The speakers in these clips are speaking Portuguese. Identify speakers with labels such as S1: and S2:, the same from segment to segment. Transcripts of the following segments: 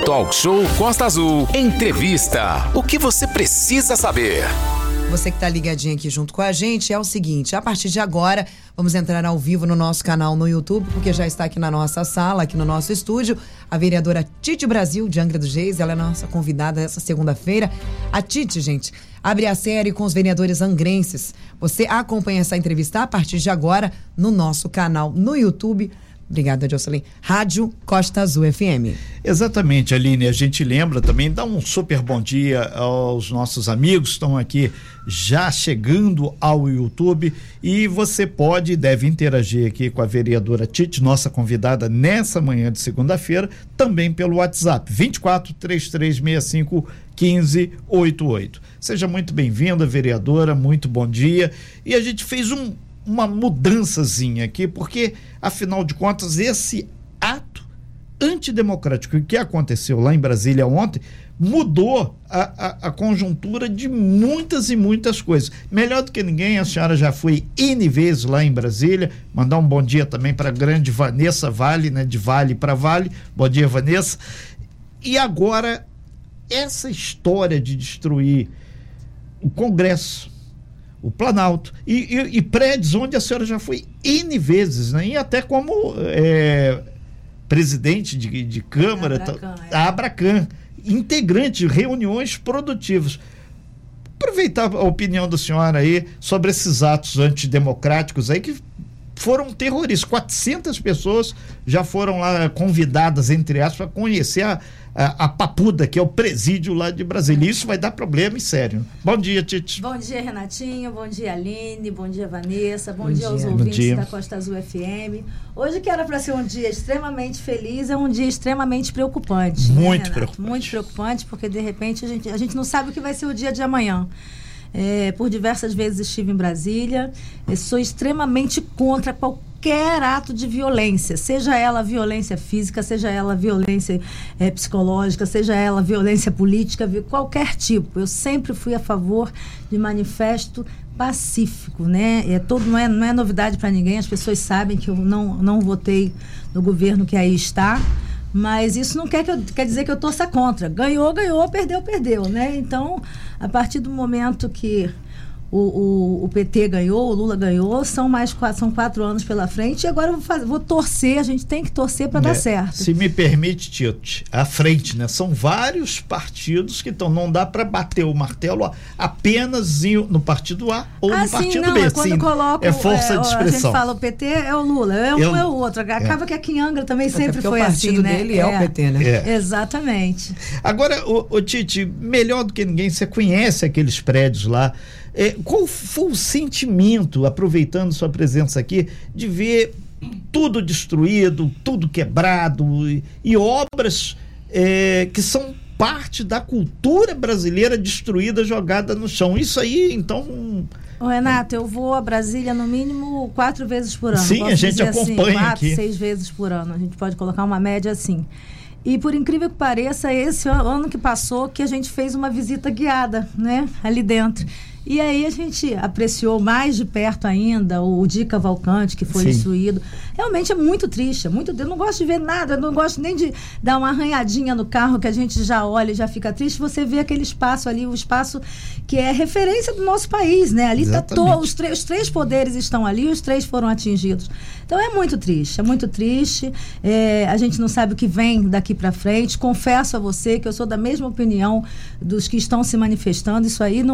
S1: Talk Show Costa Azul. Entrevista. O que você precisa saber?
S2: Você que está ligadinho aqui junto com a gente, é o seguinte, a partir de agora, vamos entrar ao vivo no nosso canal no YouTube, porque já está aqui na nossa sala, aqui no nosso estúdio, a vereadora Tite Brasil, de Angra dos Reis, ela é nossa convidada essa segunda-feira. A Tite, gente, abre a série com os vereadores angrenses. Você acompanha essa entrevista a partir de agora no nosso canal no YouTube. Obrigada, Jocelyn. Rádio Costa Azul FM.
S3: Exatamente, Aline. A gente lembra também, dá um super bom dia aos nossos amigos que estão aqui já chegando ao YouTube, e você pode e deve interagir aqui com a vereadora Tite, nossa convidada nessa manhã de segunda-feira, também pelo WhatsApp 24-3365-1588. Seja muito bem-vinda, vereadora, muito bom dia. E a gente fez uma mudançazinha aqui, porque, afinal de contas, esse ato antidemocrático que aconteceu lá em Brasília ontem mudou a conjuntura de muitas e muitas coisas. Melhor do que ninguém, a senhora já foi N vezes lá em Brasília. Mandar um bom dia também para a grande Vanessa Vale, né? De Vale para Vale. Bom dia, Vanessa. E agora, essa história de destruir o Congresso, o Planalto e prédios onde a senhora já foi N vezes, né? E até como presidente de Câmara, a Abracan, integrante de reuniões produtivas. Aproveitar a opinião da senhora aí sobre esses atos antidemocráticos aí que foram terroristas. 400 pessoas já foram lá convidadas, entre aspas, para conhecer a Papuda, que é o presídio lá de Brasília. Isso vai dar problema, e sério. Bom dia, Tite.
S4: Bom dia, Renatinho. Bom dia, Aline. Bom dia, Vanessa. Bom dia aos ouvintes da Costa Azul FM. Hoje, que era para ser um dia extremamente feliz, é um dia extremamente preocupante.
S3: Muito preocupante.
S4: Muito preocupante, porque de repente a gente não sabe o que vai ser o dia de amanhã. Por diversas vezes estive em Brasília. Sou extremamente contra qualquer ato de violência, seja ela violência física, seja ela violência psicológica, seja ela violência política, qualquer tipo. Eu sempre fui a favor de manifesto pacífico, né? Não é novidade para ninguém, as pessoas sabem que eu não votei no governo que aí está. Mas isso não quer dizer que eu torça contra. Ganhou, perdeu, né? Então, a partir do momento que o PT ganhou, o Lula ganhou, são 4 anos pela frente, e agora eu vou torcer, a gente tem que torcer para dar certo.
S3: Se me permite, Tite, à frente, né? São vários partidos que não dá para bater o martelo apenas no partido A ou no partido B.
S4: Quando coloco,
S3: força de expressão.
S4: A gente fala o PT é o Lula, é um é o outro. Acaba que aqui em Angra também sempre foi assim, né?
S2: O partido dele é o PT, né?
S4: Exatamente.
S3: Agora, o Tite, melhor do que ninguém, você conhece aqueles prédios lá. Qual foi o sentimento, aproveitando sua presença aqui, de ver tudo destruído, tudo quebrado e obras que são parte da cultura brasileira destruída, jogada no chão? Isso aí, então...
S4: Renato, eu vou a Brasília no mínimo 4 vezes por ano.
S3: Sim, a gente acompanha aqui.
S4: 6 vezes por ano, a gente pode colocar uma média assim. E por incrível que pareça, esse ano que passou, que a gente fez uma visita guiada, né, ali dentro. E aí a gente apreciou mais de perto ainda o Di Cavalcante, que foi destruído. Realmente é muito triste, eu não gosto de ver nada, eu não gosto nem de dar uma arranhadinha no carro que a gente já olha e já fica triste. Você vê aquele espaço ali, o espaço que é referência do nosso país, né? Ali tá os 3 poderes estão ali, os 3 foram atingidos. Então é muito triste, a gente não sabe o que vem daqui para frente. Confesso a você que eu sou da mesma opinião dos que estão se manifestando. Isso aí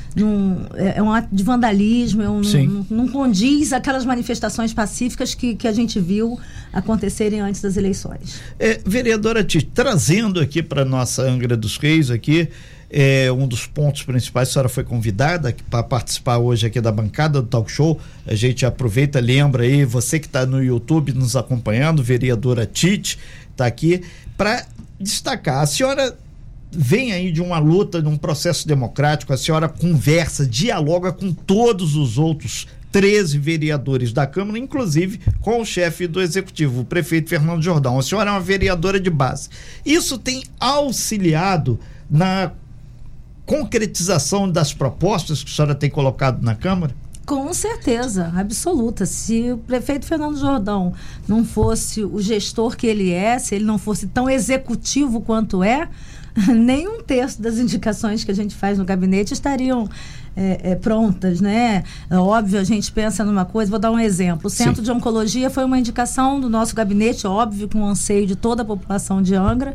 S4: é um ato de vandalismo, não condiz aquelas manifestações pacíficas que a gente viu acontecerem antes das eleições.
S3: Vereadora Tite, trazendo aqui para nossa Angra dos Reis aqui, um dos pontos principais, a senhora foi convidada para participar hoje aqui da bancada do Talk Show. A gente aproveita, lembra aí, você que está no YouTube nos acompanhando, vereadora Tite está aqui para destacar. A senhora vem aí de uma luta, de um processo democrático, a senhora conversa, dialoga com todos os outros 13 vereadores da Câmara, inclusive com o chefe do Executivo, o prefeito Fernando Jordão. A senhora é uma vereadora de base. Isso tem auxiliado na concretização das propostas que a senhora tem colocado na Câmara?
S4: Com certeza, absoluta. Se o prefeito Fernando Jordão não fosse o gestor que ele é, se ele não fosse tão executivo quanto é, nem um terço das indicações que a gente faz no gabinete estariam prontas, né? Óbvio, a gente pensa numa coisa, vou dar um exemplo. O Centro de Oncologia foi uma indicação do nosso gabinete, óbvio, com o anseio de toda a população de Angra,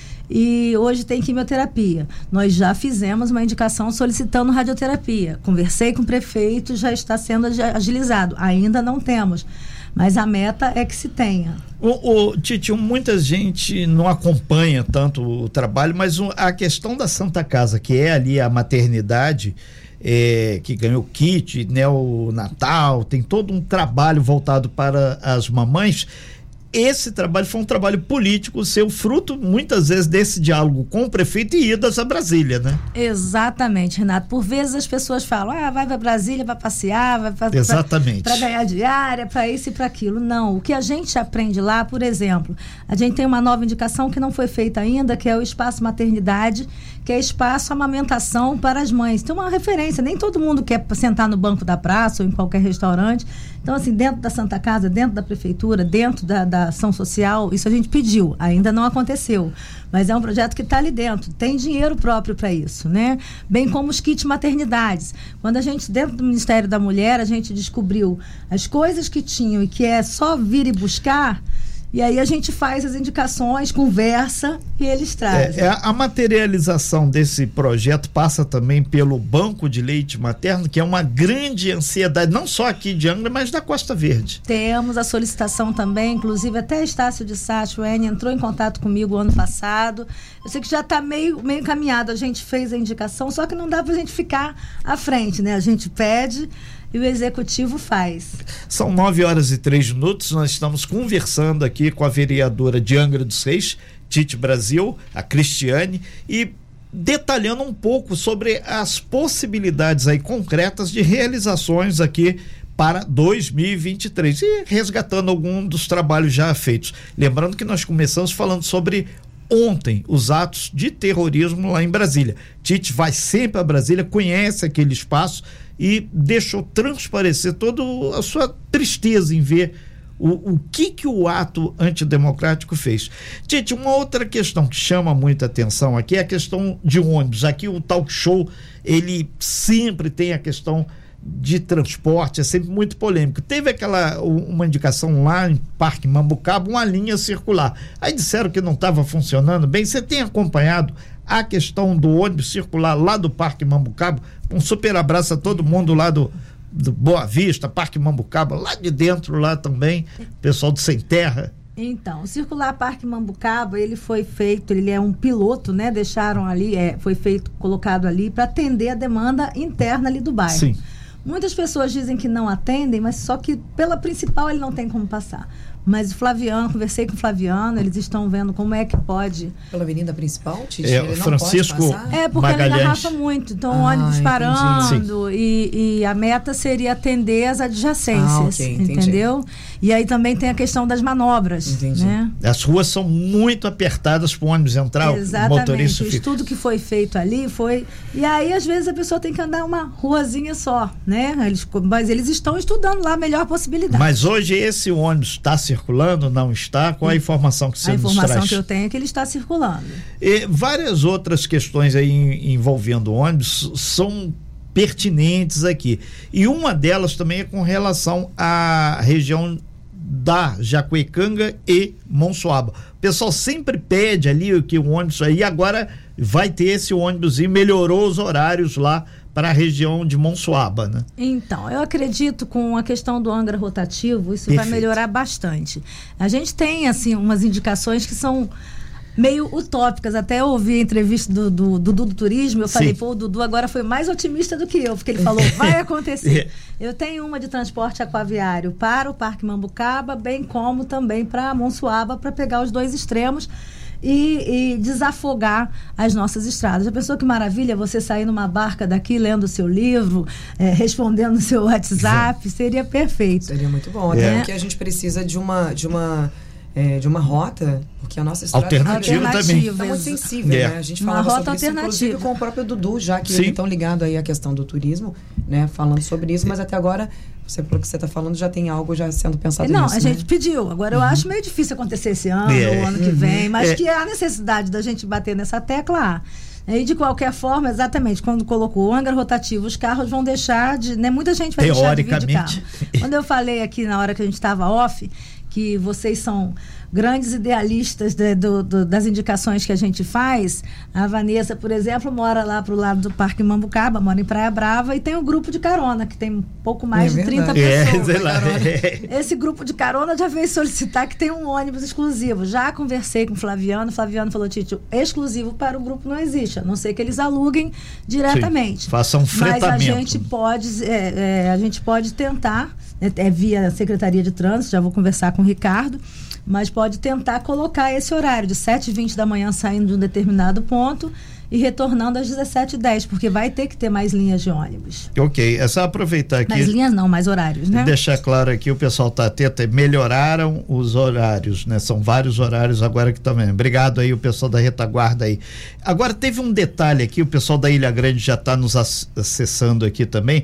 S4: e hoje tem quimioterapia. Nós já fizemos uma indicação solicitando radioterapia. Conversei com o prefeito, já está sendo agilizado. Ainda não temos, mas a meta é que se tenha.
S3: Titi, muita gente não acompanha tanto o trabalho, mas a questão da Santa Casa, que é ali a maternidade, que ganhou kit, né, o Natal, tem todo um trabalho voltado para as mamães. Esse trabalho foi um trabalho político, seu fruto muitas vezes desse diálogo com o prefeito e idas a Brasília, né?
S4: Exatamente, Renato. Por vezes as pessoas falam, vai para Brasília para passear, vai para ganhar diária, para isso e para aquilo. Não, o que a gente aprende lá, por exemplo, a gente tem uma nova indicação que não foi feita ainda, que é o espaço maternidade, que é espaço amamentação para as mães. Tem uma referência, nem todo mundo quer sentar no banco da praça ou em qualquer restaurante. Então, assim, dentro da Santa Casa, dentro da prefeitura, dentro da ação social, isso a gente pediu, ainda não aconteceu, mas é um projeto que está ali dentro, tem dinheiro próprio para isso, né? Bem como os kits maternidades. Quando a gente, dentro do Ministério da Mulher, a gente descobriu as coisas que tinham e que é só vir e buscar, e aí a gente faz as indicações, conversa e eles trazem.
S3: A materialização desse projeto passa também pelo Banco de Leite Materno, que é uma grande ansiedade, não só aqui de Angra, mas da Costa Verde.
S4: Temos a solicitação também, inclusive até Estácio de Sá, o N entrou em contato comigo ano passado. Eu sei que já está meio encaminhado, a gente fez a indicação, só que não dá para a gente ficar à frente, né? A gente pede e o executivo faz.
S3: São 9h03, nós estamos conversando aqui com a vereadora de Angra dos Reis, Tite Brasil, a Cristiane, e detalhando um pouco sobre as possibilidades aí concretas de realizações aqui para 2023 e resgatando algum dos trabalhos já feitos. Lembrando que nós começamos falando sobre ontem os atos de terrorismo lá em Brasília. Tite vai sempre a Brasília, conhece aquele espaço e deixou transparecer toda a sua tristeza em ver o que o ato antidemocrático fez. Tite, uma outra questão que chama muita atenção aqui é a questão de ônibus. Aqui o Talk Show, ele sempre tem a questão de transporte, é sempre muito polêmico. Teve uma indicação lá em Parque Mambucaba, uma linha circular. Aí disseram que não estava funcionando bem. Você tem acompanhado a questão do ônibus circular lá do Parque Mambucaba? Um super abraço a todo mundo lá do Boa Vista, Parque Mambucaba, lá de dentro, lá também, pessoal do Sem Terra.
S4: Então, o Circular Parque Mambucaba, ele foi feito, ele é um piloto, né? Deixaram ali, foi feito, colocado ali para atender a demanda interna ali do bairro.
S3: Sim.
S4: Muitas pessoas dizem que não atendem, mas só que pela principal ele não tem como passar. Mas o Flaviano, conversei com o Flaviano, eles estão vendo como é que pode.
S2: Pela avenida principal, Tite?
S3: Ele Francisco
S2: não pode passar?
S4: Porque ele engarrafa muito, então ônibus parando e a meta seria atender as adjacências, entendeu? E aí também tem a questão das manobras, né?
S3: As ruas são muito apertadas para o ônibus entrar.
S4: Exatamente,
S3: o motorista
S4: o estudo que foi feito ali foi... E aí, às vezes, a pessoa tem que andar uma ruazinha só, né? Mas eles estão estudando lá a melhor possibilidade.
S3: Mas hoje esse ônibus está circulando, não está? Qual a informação que você nos traz?
S4: A informação que eu tenho é que ele está circulando.
S3: E várias outras questões aí envolvendo ônibus são pertinentes aqui. E uma delas também é com relação à região da Jacuecanga e Monsuaba. O pessoal sempre pede ali que o ônibus aí, agora vai ter esse ônibus e melhorou os horários lá para a região de Monsuaba, né?
S4: Então, eu acredito com a questão do Angra rotativo, isso vai melhorar bastante. A gente tem, assim, umas indicações que são meio utópicas. Até eu ouvi a entrevista do Dudu do Turismo, eu falei, o Dudu agora foi mais otimista do que eu, porque ele falou, vai acontecer. Eu tenho uma de transporte aquaviário para o Parque Mambucaba, bem como também para Monsuaba, para pegar os dois extremos e desafogar as nossas estradas. Já pensou que maravilha você sair numa barca daqui, lendo o seu livro, respondendo o seu WhatsApp? Seria perfeito.
S2: Seria muito bom. Até porque a gente precisa de uma de uma rota, porque a nossa estrada
S3: alternativa também
S2: está muito sensível, né? A gente falava sobre isso, inclusive, com o próprio Dudu, já que eles estão ligados aí à questão do turismo, né? Falando sobre isso, mas até agora, pelo que você está falando, já tem algo já sendo pensado nisso.
S4: Não, a gente pediu. Agora, eu acho meio difícil acontecer esse ano, ou ano que vem, mas que há necessidade da gente bater nessa tecla. E de qualquer forma, exatamente, quando colocou o hangar rotativo, os carros vão deixar de... Né, muita gente vai deixar de vir de carro. Quando eu falei aqui na hora que a gente estava off, que vocês são grandes idealistas das indicações que a gente faz, a Vanessa, por exemplo, mora lá pro lado do Parque Mambucaba, mora em Praia Brava, e tem um grupo de carona, que tem um pouco mais de 30 pessoas. Esse grupo de carona já veio solicitar que tem um ônibus exclusivo. Já conversei com o Flaviano falou, Tite, exclusivo para o grupo não existe, a não ser que eles aluguem diretamente.
S3: Sim, façam fretamento.
S4: Mas a gente pode tentar, via a Secretaria de Trânsito, já vou conversar com o Ricardo, mas pode tentar colocar esse horário de 7h20 da manhã saindo de um determinado ponto e retornando às 17h10, porque vai ter que ter mais linhas de ônibus.
S3: Ok, é só aproveitar aqui.
S4: Mais linhas não, mais horários, né?
S3: Deixar claro aqui, o pessoal está atento, melhoraram os horários, né? São vários horários agora que também. Obrigado aí o pessoal da retaguarda aí. Agora teve um detalhe aqui, o pessoal da Ilha Grande já está nos acessando aqui também.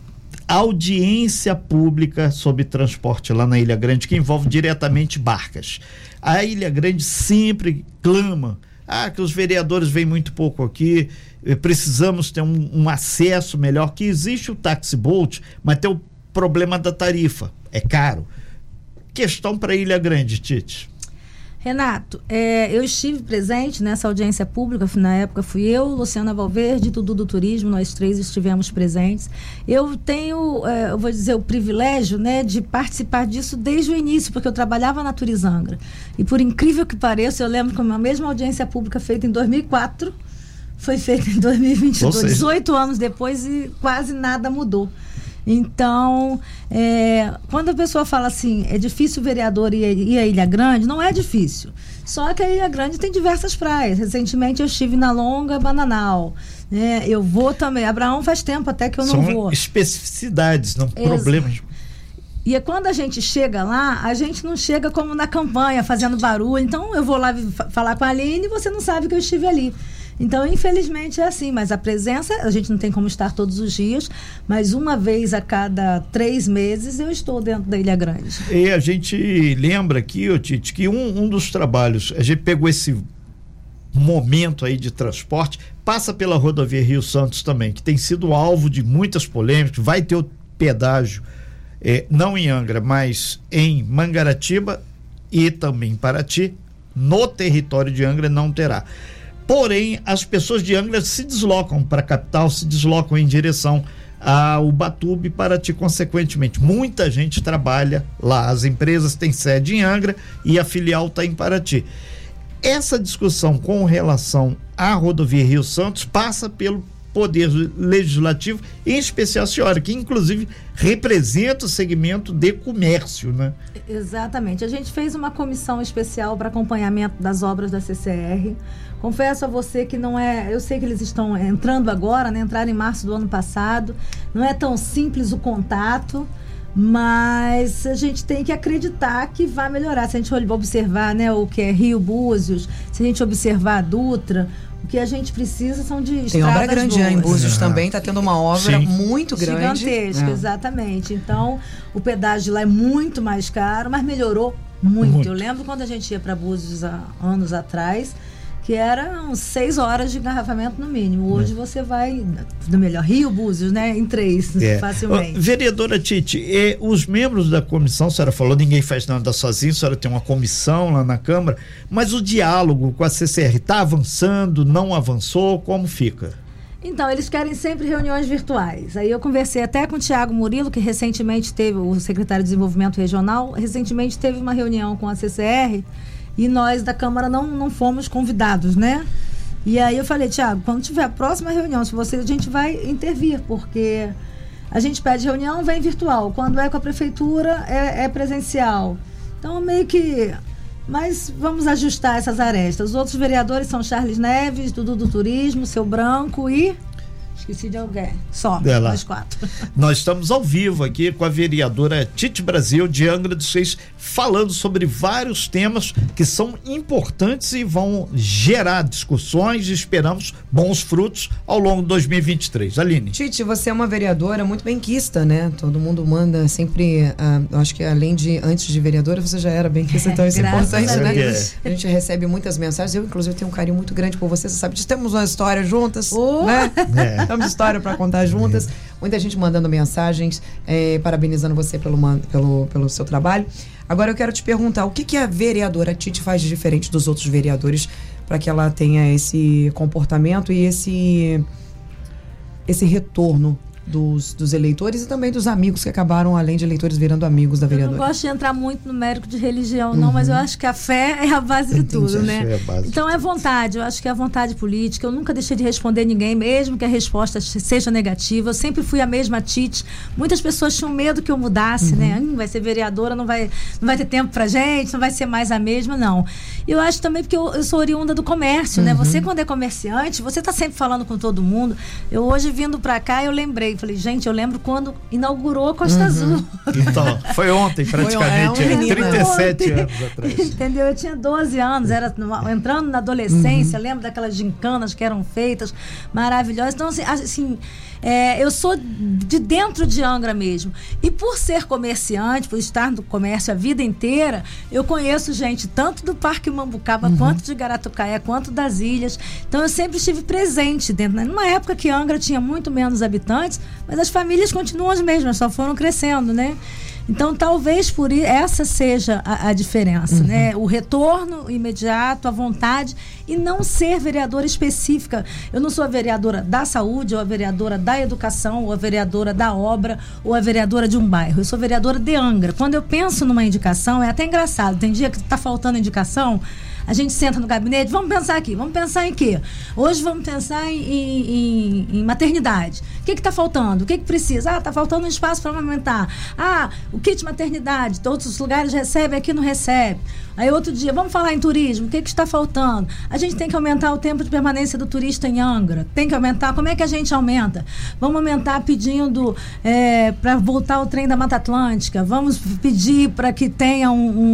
S3: Audiência pública sobre transporte lá na Ilha Grande, que envolve diretamente barcas. A Ilha Grande sempre clama que os vereadores vêm muito pouco aqui, precisamos ter um acesso melhor, que existe o Taxi Boat, mas tem o problema da tarifa, é caro. Questão para a Ilha Grande, Tite.
S4: Renato, eu estive presente nessa audiência pública, na época fui eu, Luciana Valverde, Dudu do Turismo, nós três estivemos presentes. Eu tenho, eu vou dizer, o privilégio, né, de participar disso desde o início, porque eu trabalhava na Turizangra. E por incrível que pareça, eu lembro que a mesma audiência pública feita em 2004 foi feita em 2022, 18 anos depois, e quase nada mudou. Então, quando a pessoa fala assim, é difícil o vereador ir à Ilha Grande, não é difícil. Só que a Ilha Grande tem diversas praias. Recentemente eu estive na Longa Bananal. Eu vou também. Abraão faz tempo até que eu não vou.
S3: São especificidades, não problemas.
S4: E quando a gente chega lá, a gente não chega como na campanha, fazendo barulho. Então, eu vou lá falar com a Aline e você não sabe que eu estive ali. Então, infelizmente é assim, mas a presença, a gente não tem como estar todos os dias, mas uma vez a cada 3 meses eu estou dentro da Ilha Grande.
S3: E a gente lembra aqui, Tite, que um dos trabalhos, a gente pegou esse momento aí de transporte, passa pela rodovia Rio Santos também, que tem sido alvo de muitas polêmicas, vai ter o pedágio, não em Angra, mas em Mangaratiba e também em Paraty, no território de Angra não terá. Porém, as pessoas de Angra se deslocam para a capital, se deslocam em direção ao Ubatuba e Paraty, consequentemente. Muita gente trabalha lá, as empresas têm sede em Angra e a filial está em Paraty. Essa discussão com relação à rodovia Rio Santos passa pelo Poder Legislativo, em especial a senhora, que inclusive representa o segmento de comércio, né?
S4: Exatamente. A gente fez uma comissão especial para acompanhamento das obras da CCR. Confesso a você que não é... Eu sei que eles estão entrando agora, né? Entraram em março do ano passado. Não é tão simples o contato, mas a gente tem que acreditar que vai melhorar. Se a gente observar, né, o que é Rio Búzios, se a gente observar a Dutra, o que a gente precisa são de estradas boas.
S2: Tem obra grande em Búzios também, está tendo uma obra muito grande.
S4: Gigantesca, exatamente. Então, o pedágio lá é muito mais caro, mas melhorou muito. Eu lembro quando a gente ia para Búzios há anos atrás, que eram 6 horas de engarrafamento no mínimo. Hoje você vai, no melhor, Rio Búzios, né? Em 3, facilmente.
S3: Vereadora Tite, os membros da comissão, a senhora falou, ninguém faz nada sozinho, a senhora tem uma comissão lá na Câmara, mas o diálogo com a CCR está avançando, não avançou, como fica?
S4: Então, eles querem sempre reuniões virtuais. Aí eu conversei até com o Thiago Murilo, que recentemente teve, o secretário de Desenvolvimento Regional, recentemente teve uma reunião com a CCR, e nós da Câmara não fomos convidados, né? E aí eu falei, Thiago, quando tiver a próxima reunião, a gente vai intervir, porque a gente pede reunião, vem virtual. Quando é com a prefeitura, é presencial. Então, meio que... Mas vamos ajustar essas arestas. Os outros vereadores são Charles Neves, Dudu do Turismo, Seu Branco e Esqueci de alguém. Só, nós 4.
S3: Nós estamos ao vivo aqui com a vereadora Tite Brasil, de Angra dos Reis, falando sobre vários temas que são importantes e vão gerar discussões e esperamos bons frutos ao longo de 2023. Aline.
S2: Tite, você é uma vereadora muito benquista, né? Todo mundo manda sempre, eu acho que antes de vereadora, você já era benquista, então isso é importante, né? A gente recebe muitas mensagens, eu inclusive tenho um carinho muito grande por você sabe disso, temos uma história juntas, né? Temos história para contar juntas, muita gente mandando mensagens, parabenizando você pelo seu trabalho. Agora eu quero te perguntar, o que a vereadora Tite faz de diferente dos outros vereadores para que ela tenha esse comportamento e esse retorno dos eleitores e também dos amigos que acabaram, além de eleitores, virando amigos da vereadora?
S4: Eu não gosto de entrar muito no mérito de religião, não, mas eu acho que a fé é a base de tudo, né? Então é vontade, eu acho que é a vontade política. Eu nunca deixei de responder ninguém, mesmo que a resposta seja negativa. Eu sempre fui a mesma Tite. Muitas pessoas tinham medo que eu mudasse, né? Vai ser vereadora, não vai ter tempo pra gente, não vai ser mais a mesma, não. E eu acho também porque eu sou oriunda do comércio, né? Você, quando é comerciante, você tá sempre falando com todo mundo. Eu hoje, vindo pra cá, eu lembrei. Falei, gente, eu lembro quando inaugurou a Costa Azul.
S3: Então, foi ontem, praticamente, 37 anos atrás.
S4: Entendeu? Eu tinha 12 anos, entrando na adolescência, lembro daquelas gincanas que eram feitas, maravilhosas. Então, assim, eu sou de dentro de Angra mesmo. E por ser comerciante, por estar no comércio a vida inteira, eu conheço gente tanto do Parque Mambucaba, quanto de Garatucaia, quanto das ilhas. Então eu sempre estive presente dentro. Numa época que Angra tinha muito menos habitantes, mas as famílias continuam as mesmas, só foram crescendo, né? Então, talvez por isso, essa seja a diferença, né? O retorno imediato, a vontade e não ser vereadora específica. Eu não sou a vereadora da saúde, ou a vereadora da educação, ou a vereadora da obra, ou a vereadora de um bairro. Eu sou vereadora de Angra. Quando eu penso numa indicação, é até engraçado. Tem dia que está faltando indicação, a gente senta no gabinete, vamos pensar aqui, vamos pensar em quê? Hoje vamos pensar em maternidade. O que está faltando? O que precisa? Está faltando um espaço para amamentar. O kit maternidade, todos os lugares recebem, aqui não recebe. Aí outro dia, vamos falar em turismo, o que está faltando? A gente tem que aumentar o tempo de permanência do turista em Angra. Tem que aumentar, como é que a gente aumenta? Vamos aumentar pedindo para voltar o trem da Mata Atlântica. Vamos pedir para que tenha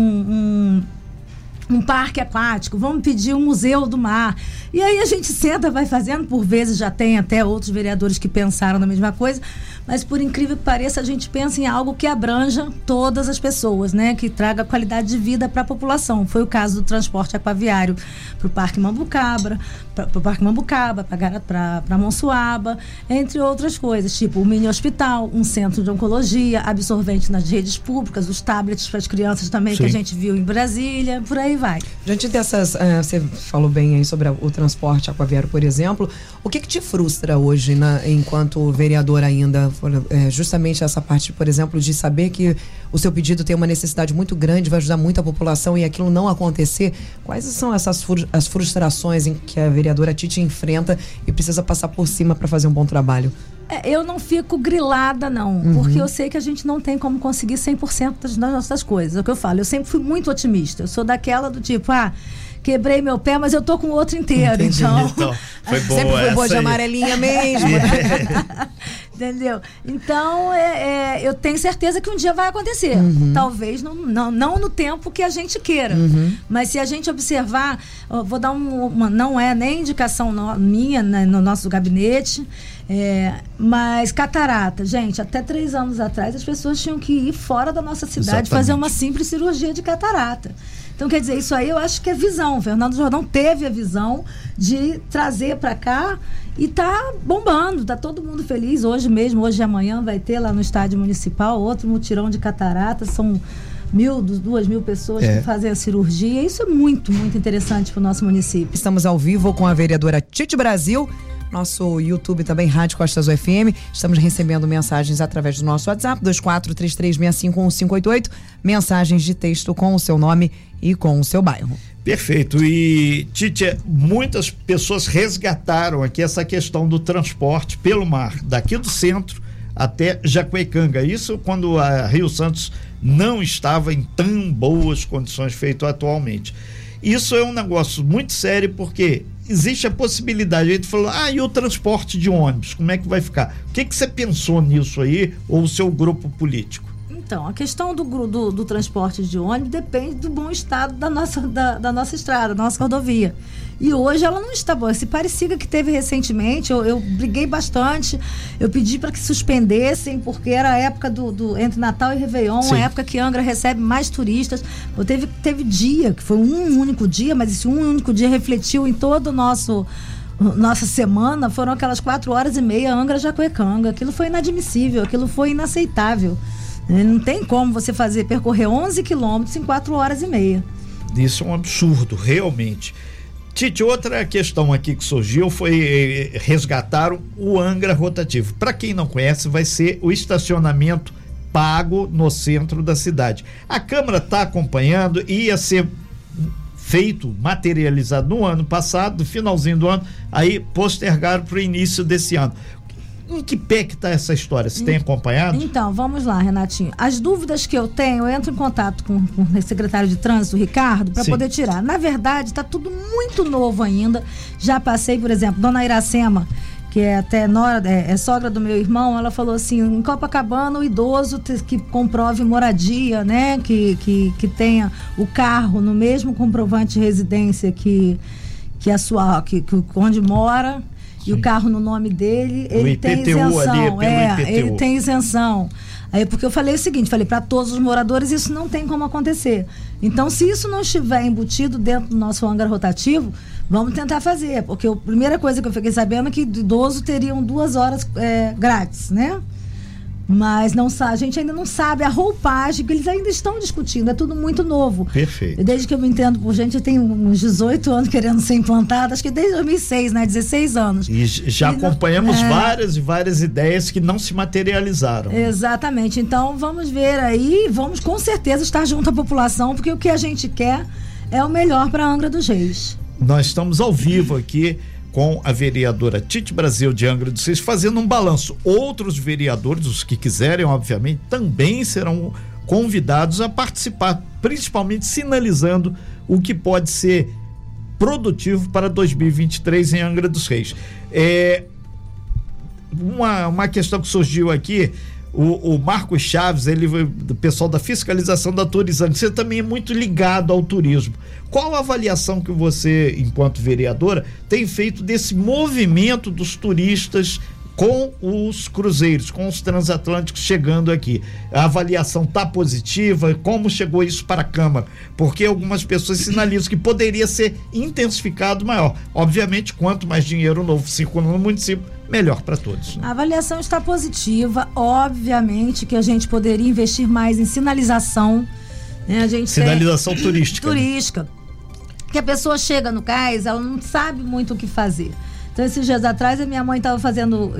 S4: um parque aquático, vamos pedir um museu do mar. E aí a gente senta, vai fazendo, por vezes já tem até outros vereadores que pensaram na mesma coisa, mas por incrível que pareça, a gente pensa em algo que abranja todas as pessoas, né? Que traga qualidade de vida para a população. Foi o caso do transporte aquaviário para o Parque Mambucaba, para Monsuaba, entre outras coisas, tipo o mini hospital, um centro de oncologia, absorvente nas redes públicas, os tablets para as crianças também, que a gente viu em Brasília, por aí vai.
S2: Diante dessas, você falou bem aí sobre o transporte aquaviário, por exemplo, o que te frustra hoje, enquanto vereador ainda? Justamente essa parte, por exemplo, de saber que o seu pedido tem uma necessidade muito grande, vai ajudar muito a população e aquilo não acontecer. Quais são as frustrações em que a vereadora Tite enfrenta e precisa passar por cima para fazer um bom trabalho?
S4: Eu não fico grilada, não, porque eu sei que a gente não tem como conseguir 100% das nossas coisas. É o que eu falo, eu sempre fui muito otimista. Eu sou daquela do tipo, quebrei meu pé, mas eu tô com o outro inteiro. Então
S3: foi boa.
S2: Sempre foi boa de amarelinha mesmo.
S4: Entendeu? Então, eu tenho certeza que um dia vai acontecer. Talvez não no tempo que a gente queira. Mas se a gente observar, vou dar não é nem indicação minha, né, no nosso gabinete, mas catarata. Gente, até 3 anos atrás, as pessoas tinham que ir fora da nossa cidade fazer uma simples cirurgia de catarata. Então, quer dizer, isso aí eu acho que é visão. O Fernando Jordão teve a visão de trazer para cá e tá bombando, tá todo mundo feliz. Hoje e amanhã vai ter lá no estádio municipal outro mutirão de catarata. São 2.000 pessoas que fazem a cirurgia. Isso é muito, muito interessante para o nosso município.
S2: Estamos ao vivo com a vereadora Tite Brasil. Nosso YouTube também, Rádio Costa Azul FM. Estamos recebendo mensagens através do nosso WhatsApp, 2433651588. Mensagens de texto com o seu nome e com o seu bairro.
S3: Perfeito. E, Tite, muitas pessoas resgataram aqui essa questão do transporte pelo mar, daqui do centro até Jacuecanga. Isso quando a Rio Santos não estava em tão boas condições feito atualmente. Isso é um negócio muito sério porque existe a possibilidade, a gente falou, e o transporte de ônibus, como é que vai ficar? O que você pensou nisso aí, ou o seu grupo político?
S4: Então, a questão do transporte de ônibus depende do bom estado da nossa estrada, da nossa rodovia. E hoje ela não está boa. Esse Parecida que teve recentemente, eu briguei bastante, eu pedi para que suspendessem, porque era a época entre Natal e Réveillon,
S3: Sim.
S4: a época que Angra recebe mais turistas. Teve dia, que foi um único dia, mas esse um único dia refletiu em todo o nossa semana, foram aquelas 4h30, Angra Jacuecanga. Aquilo foi inadmissível, aquilo foi inaceitável. Não tem como você percorrer 11 quilômetros em 4h30.
S3: Isso é um absurdo, realmente. Tite, outra questão aqui que surgiu foi resgatar o Angra rotativo. Para quem não conhece, vai ser o estacionamento pago no centro da cidade. A Câmara está acompanhando, ia ser feito, materializado no ano passado, no finalzinho do ano, aí postergaram para o início desse ano. Em que pé que está essa história? Você tem acompanhado?
S4: Então, vamos lá, Renatinho. As dúvidas que eu tenho, eu entro em contato com o secretário de Trânsito, Ricardo, para poder tirar. Na verdade, está tudo muito novo ainda. Já passei, por exemplo, Dona Iracema, que é até é sogra do meu irmão, ela falou assim, em Copacabana, o idoso que comprove moradia, né? Que tenha o carro no mesmo comprovante de residência que onde mora, e o carro no nome dele, ele tem isenção. Ele tem isenção. Aí, porque eu falei o seguinte, para todos os moradores isso não tem como acontecer. Então, se isso não estiver embutido dentro do nosso Angra rotativo, vamos tentar fazer, porque a primeira coisa que eu fiquei sabendo é que idoso teriam 2 horas grátis, né? Mas a gente ainda não sabe a roupagem, que eles ainda estão discutindo, é tudo muito novo.
S3: Perfeito.
S4: Desde que eu me entendo por gente, eu tenho uns 18 anos querendo ser implantada, acho que desde 2006, né? 16 anos.
S3: E já acompanhamos várias ideias que não se materializaram.
S4: Exatamente, então vamos ver aí, vamos com certeza estar junto à população, porque o que a gente quer é o melhor para Angra dos Reis.
S3: Nós estamos ao vivo aqui com a vereadora Tite Brasil de Angra dos Reis, fazendo um balanço. Outros vereadores, os que quiserem, obviamente, também serão convidados a participar, principalmente sinalizando o que pode ser produtivo para 2023 em Angra dos Reis. Uma questão que surgiu aqui, o Marcos Chaves, do pessoal da fiscalização da Turizando, você também é muito ligado ao turismo. Qual a avaliação que você, enquanto vereadora, tem feito desse movimento dos turistas com os cruzeiros, com os transatlânticos chegando aqui? A avaliação está positiva? Como chegou isso para a Câmara? Porque algumas pessoas sinalizam que poderia ser intensificado maior. Obviamente, quanto mais dinheiro novo circula no município, melhor para todos.
S4: A avaliação está positiva, obviamente que a gente poderia investir mais em sinalização, né?
S3: Sinalização turística.
S4: Turística. Que a pessoa chega no cais, ela não sabe muito o que fazer. Então, esses dias atrás, a minha mãe estava fazendo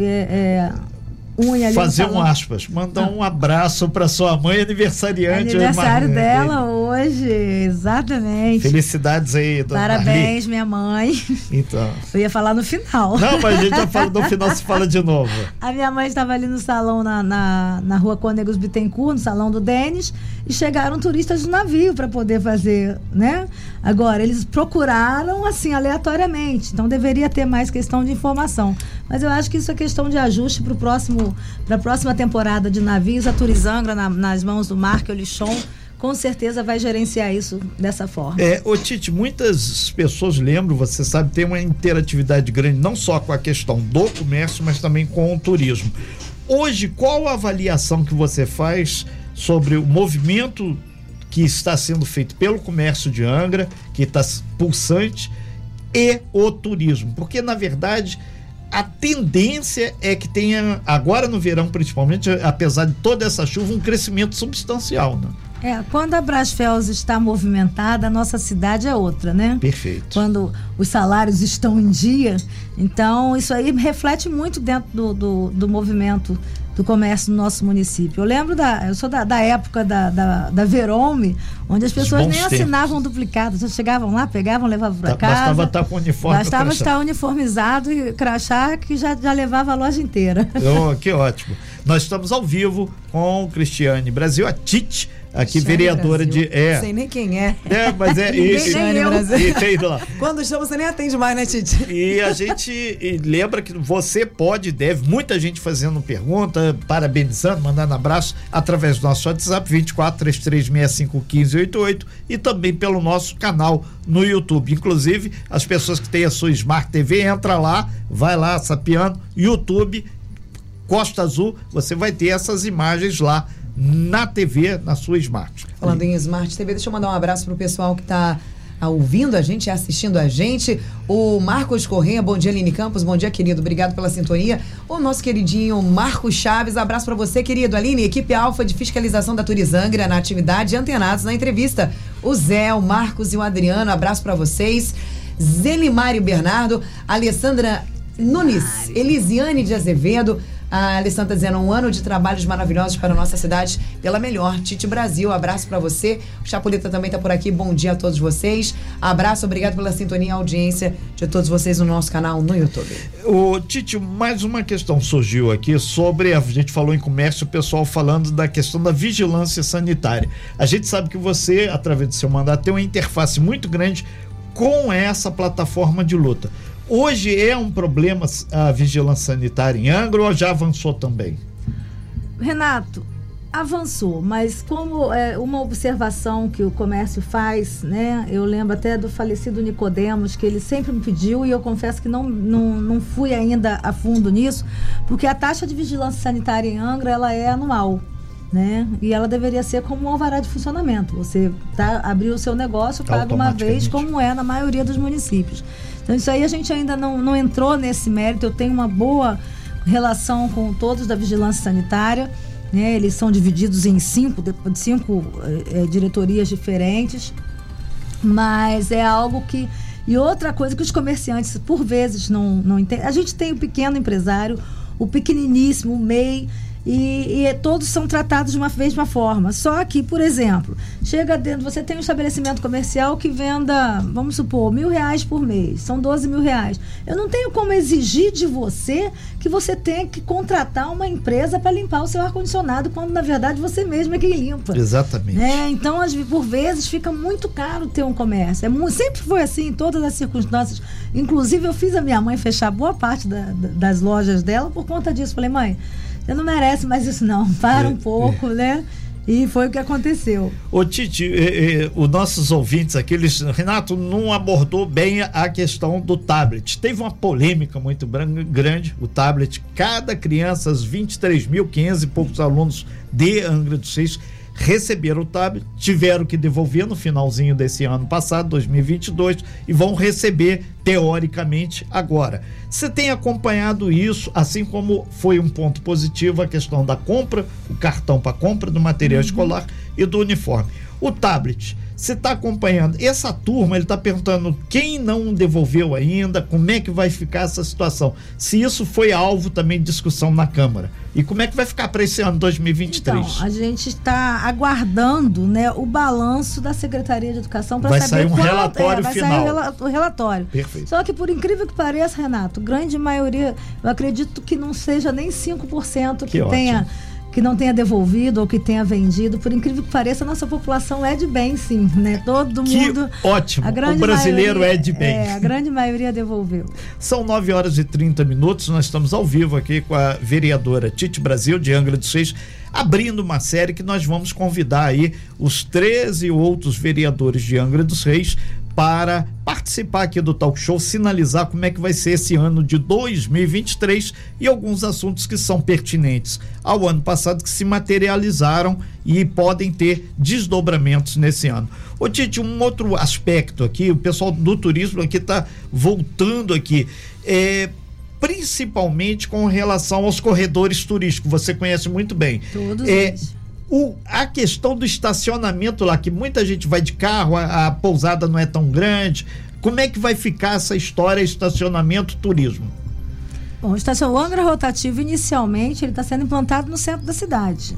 S4: unha ali.
S3: Fazer um aspas, mandar um abraço para sua mãe aniversariante.
S4: Aniversário dela hoje, exatamente.
S3: Felicidades aí, dona
S4: Parabéns, minha mãe.
S3: Então.
S4: Eu ia falar no final.
S3: Não, mas a gente já fala no final, se fala de novo.
S4: A minha mãe estava ali no salão na rua Cônegos Bittencourt, no salão do Denis, e chegaram turistas do navio para poder fazer, né? Agora, eles procuraram assim, aleatoriamente, então deveria ter mais questão de informação. Mas eu acho que isso é questão de ajuste para a próxima temporada de navios. A Turizangra, nas mãos do Marco Lichon, com certeza vai gerenciar isso dessa forma.
S3: Ô Tite, muitas pessoas lembram, você sabe, tem uma interatividade grande, não só com a questão do comércio, mas também com o turismo. Hoje, qual a avaliação que você faz sobre o movimento que está sendo feito pelo comércio de Angra, que está pulsante, e o turismo? Porque, na verdade, a tendência é que tenha, agora no verão principalmente, apesar de toda essa chuva, um crescimento substancial, né?
S4: Quando a Brasfels está movimentada, a nossa cidade é outra, né?
S3: Perfeito.
S4: Quando os salários estão em dia, então isso aí reflete muito dentro do movimento do comércio no nosso município. Eu lembro eu sou da época da Verome, onde as pessoas nem assinavam duplicado, só chegavam lá, pegavam, levavam para casa.
S3: Bastava estar com uniforme.
S4: Bastava estar uniformizado e crachá, que já levava a loja inteira.
S3: Que ótimo. Nós estamos ao vivo com Cristiane Brasil, a Tite aqui,
S2: Xane
S3: vereadora
S2: Brasil.
S3: de...
S2: Não sei nem quem é.
S3: Mas é...
S2: Xane Brasil.
S3: E tem lá.
S2: Quando chama, você nem atende mais, né, Tite?
S3: E a gente lembra que você pode e deve, muita gente fazendo pergunta, parabenizando, mandando abraço, através do nosso WhatsApp, 2433651588, e também pelo nosso canal no YouTube. Inclusive, as pessoas que têm a sua Smart TV, entra lá, vai lá, Sapiano, YouTube, Costa Azul, você vai ter essas imagens lá na TV, na sua Smart.
S2: Falando em Smart TV, deixa eu mandar um abraço pro pessoal que tá ouvindo a gente, assistindo a gente. O Marcos Corrêa, bom dia, Aline Campos, bom dia, querido, obrigado pela sintonia. O nosso queridinho Marcos Chaves, abraço pra você, querido. Aline, equipe Alfa de Fiscalização da Turizangra na atividade, antenados na entrevista. O Zé, o Marcos e o Adriano, abraço pra vocês. Zelimário Bernardo, Alessandra Nunes, Elisiane de Azevedo. A Alessandra dizendo, um ano de trabalhos maravilhosos para a nossa cidade, pela melhor. Tite Brasil, abraço para você. O Chapuleta também tá por aqui, bom dia a todos vocês. Abraço, obrigado pela sintonia e audiência de todos vocês no nosso canal no YouTube.
S3: Ô, Tite, mais uma questão surgiu aqui sobre, a gente falou em comércio, o pessoal falando da questão da vigilância sanitária. A gente sabe que você, através do seu mandato, tem uma interface muito grande com essa plataforma de luta. Hoje é um problema a vigilância sanitária em Angra ou já avançou também?
S4: Renato, avançou, mas como é uma observação que o comércio faz, né? Eu lembro até do falecido Nicodemos, que ele sempre me pediu, e eu confesso que não fui ainda a fundo nisso, porque a taxa de vigilância sanitária em Angra, ela é anual, né? E ela deveria ser como um alvará de funcionamento. Você abriu o seu negócio, paga uma vez, como é na maioria dos municípios. Então isso aí a gente ainda não entrou nesse mérito. Eu tenho uma boa relação com todos da vigilância sanitária, né? Eles são divididos em cinco diretorias diferentes, mas é algo que... E outra coisa que os comerciantes por vezes não entendem. A gente tem o pequeno empresário, o pequeniníssimo, o MEI, e todos são tratados de uma mesma forma. Só que, por exemplo, chega dentro, você tem um estabelecimento comercial que venda, vamos supor, R$1.000 por mês, são R$12.000. Eu não tenho como exigir de você que você tenha que contratar uma empresa para limpar o seu ar-condicionado, quando na verdade você mesmo é quem limpa.
S3: Exatamente.
S4: Então, por vezes, fica muito caro ter um comércio. Sempre foi assim, em todas as circunstâncias. Inclusive, eu fiz a minha mãe fechar boa parte das lojas dela por conta disso. Falei, mãe, você não merece mais isso não, para um pouco, né? E foi o que aconteceu.
S3: Ô Tite, os nossos ouvintes aqui, Renato não abordou bem a questão do tablet. Teve uma polêmica muito grande, o tablet. Cada criança, os 23.500 e poucos alunos de Angra dos Reis receberam o tablet, tiveram que devolver no finalzinho desse ano passado, 2022, e vão receber teoricamente agora. Você tem acompanhado isso, assim como foi um ponto positivo a questão da compra, o cartão para compra do material escolar e do uniforme. O tablet, você está acompanhando essa turma, ele está perguntando quem não devolveu ainda, como é que vai ficar essa situação, se isso foi alvo também de discussão na Câmara, e como é que vai ficar para esse ano 2023?
S4: Então, a gente está aguardando, né, o balanço da Secretaria de Educação para saber
S3: sair um relatório final.
S4: Vai sair o relatório.
S3: Perfeito.
S4: Só que, por incrível que pareça, Renato, grande maioria, eu acredito que não seja nem 5% que não tenha devolvido ou que tenha vendido. Por incrível que pareça, a nossa população é de bem, sim, né? Todo mundo...
S3: Ótimo, o brasileiro é de bem.
S4: A grande maioria devolveu.
S3: São 9h30, nós estamos ao vivo aqui com a vereadora Tite Brasil, de Angra dos Reis, abrindo uma série que nós vamos convidar aí os 13 outros vereadores de Angra dos Reis para participar aqui do Talk Show, sinalizar como é que vai ser esse ano de 2023 e alguns assuntos que são pertinentes ao ano passado, que se materializaram e podem ter desdobramentos nesse ano. Ô Tite, um outro aspecto aqui, o pessoal do turismo aqui está voltando aqui, principalmente com relação aos corredores turísticos, você conhece muito bem.
S4: Todos eles.
S3: A questão do estacionamento lá, que muita gente vai de carro, a pousada não é tão grande, como é que vai ficar essa história, estacionamento, turismo?
S4: Bom, o Angra Rotativo, inicialmente, ele está sendo implantado no centro da cidade.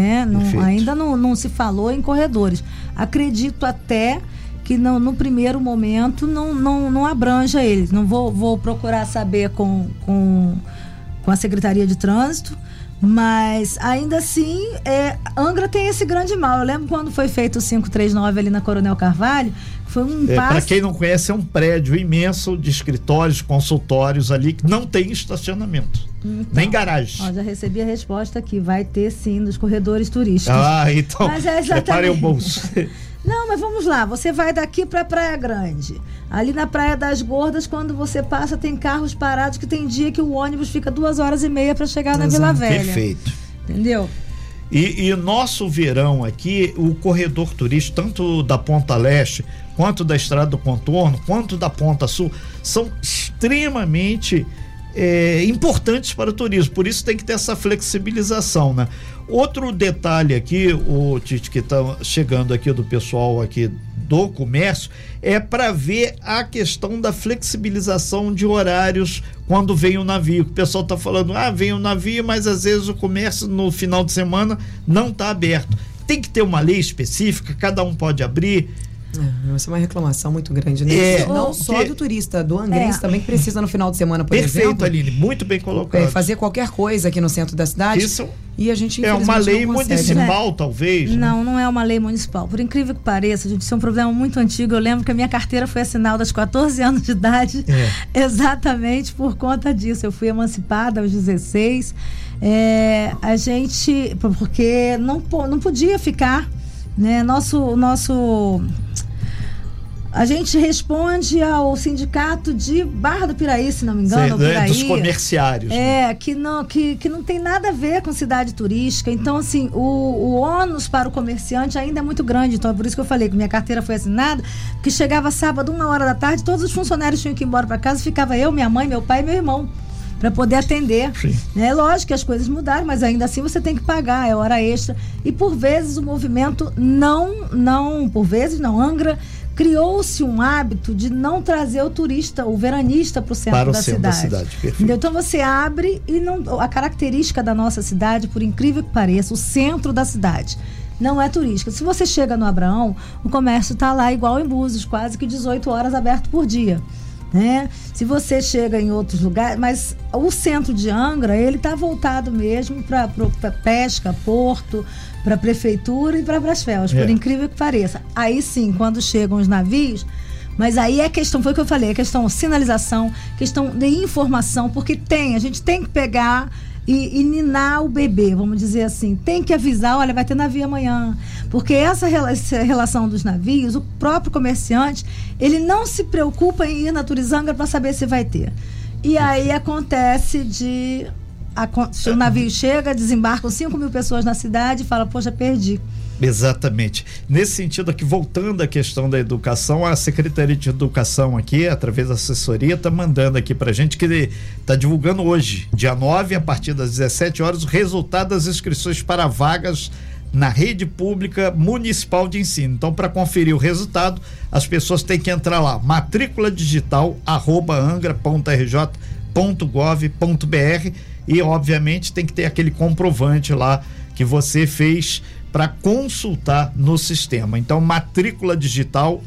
S4: Ainda não se falou em corredores. Acredito até que no primeiro momento não abranja eles. Não vou procurar saber com a Secretaria de Trânsito, Mas, ainda assim, Angra tem esse grande mal. Eu lembro quando foi feito o 539 ali na Coronel Carvalho, foi um impasse.
S3: Para quem não conhece, é um prédio imenso de escritórios, consultórios ali, que não tem estacionamento, nem garagem.
S4: Já recebi a resposta aqui, vai ter sim nos corredores turísticos.
S3: Então,
S4: mas é exatamente...
S3: prepare o bolso.
S4: Não, mas vamos lá, você vai daqui para Praia Grande. Ali na Praia das Gordas, quando você passa, tem carros parados, que tem dia que o ônibus fica 2h30 para chegar na Vila Velha.
S3: Perfeito.
S4: Entendeu?
S3: E nosso verão aqui, o corredor turístico, tanto da Ponta Leste, quanto da Estrada do Contorno, quanto da Ponta Sul, são extremamente importantes para o turismo. Por isso tem que ter essa flexibilização, né? Outro detalhe aqui, o Tite, que está chegando aqui do pessoal aqui do comércio, é para ver a questão da flexibilização de horários quando vem o navio. O pessoal está falando, vem o navio, mas às vezes o comércio no final de semana não está aberto. Tem que ter uma lei específica, cada um pode abrir.
S2: Essa é uma reclamação muito grande, né? Não só do turista, do angrense também, que precisa no final de semana, por exemplo.
S3: Perfeito, Aline, muito bem colocado.
S2: Fazer qualquer coisa aqui no centro da cidade.
S3: Isso
S2: e a gente
S3: é uma lei municipal, talvez.
S4: Não é uma lei municipal. Por incrível que pareça, gente, isso é um problema muito antigo. Eu lembro que a minha carteira foi assinada aos 14 anos de idade, exatamente por conta disso. Eu fui emancipada aos 16. A gente, porque não podia ficar, né? A gente responde ao sindicato de Barra do Piraí, se não me engano.
S3: Dos comerciários.
S4: Que não tem nada a ver com cidade turística. Então, assim, o ônus para o comerciante ainda é muito grande. Então, é por isso que eu falei que minha carteira foi assinada, que chegava sábado, 1h da tarde, todos os funcionários tinham que ir embora para casa, ficava eu, minha mãe, meu pai e meu irmão, para poder atender. Né? Lógico que as coisas mudaram, mas ainda assim você tem que pagar, é hora extra. E por vezes o movimento Angra criou-se um hábito de não trazer o turista, o veranista para o centro da cidade. Então você abre e a característica da nossa cidade, por incrível que pareça, o centro da cidade não é turística. Se você chega no Abraão, o comércio está lá igual em Búzios, quase que 18 horas aberto por dia. Né? Se você chega em outros lugares, mas o centro de Angra, ele está voltado mesmo para pesca, porto, para a prefeitura e para Brasfels, por incrível que pareça. Aí sim, quando chegam os navios, mas aí é questão, foi o que eu falei, é questão de sinalização, questão de informação, porque a gente tem que pegar e ninar o bebê, vamos dizer assim, tem que avisar, olha, vai ter navio amanhã, porque essa relação dos navios, o próprio comerciante, ele não se preocupa em ir na Turizangra para saber se vai ter. E aí acontece o navio chega, desembarcam 5.000 pessoas na cidade e fala, poxa, perdi.
S3: Exatamente. Nesse sentido aqui, voltando à questão da educação, a Secretaria de Educação aqui, através da assessoria, está mandando aqui pra gente, que está divulgando hoje, dia 9, a partir das 17 horas, o resultado das inscrições para vagas na rede pública municipal de ensino. Então, para conferir o resultado, as pessoas têm que entrar lá, matrícula digital @angra.rj.gov.br, e obviamente tem que ter aquele comprovante lá que você fez para consultar no sistema. Então, matrícula digital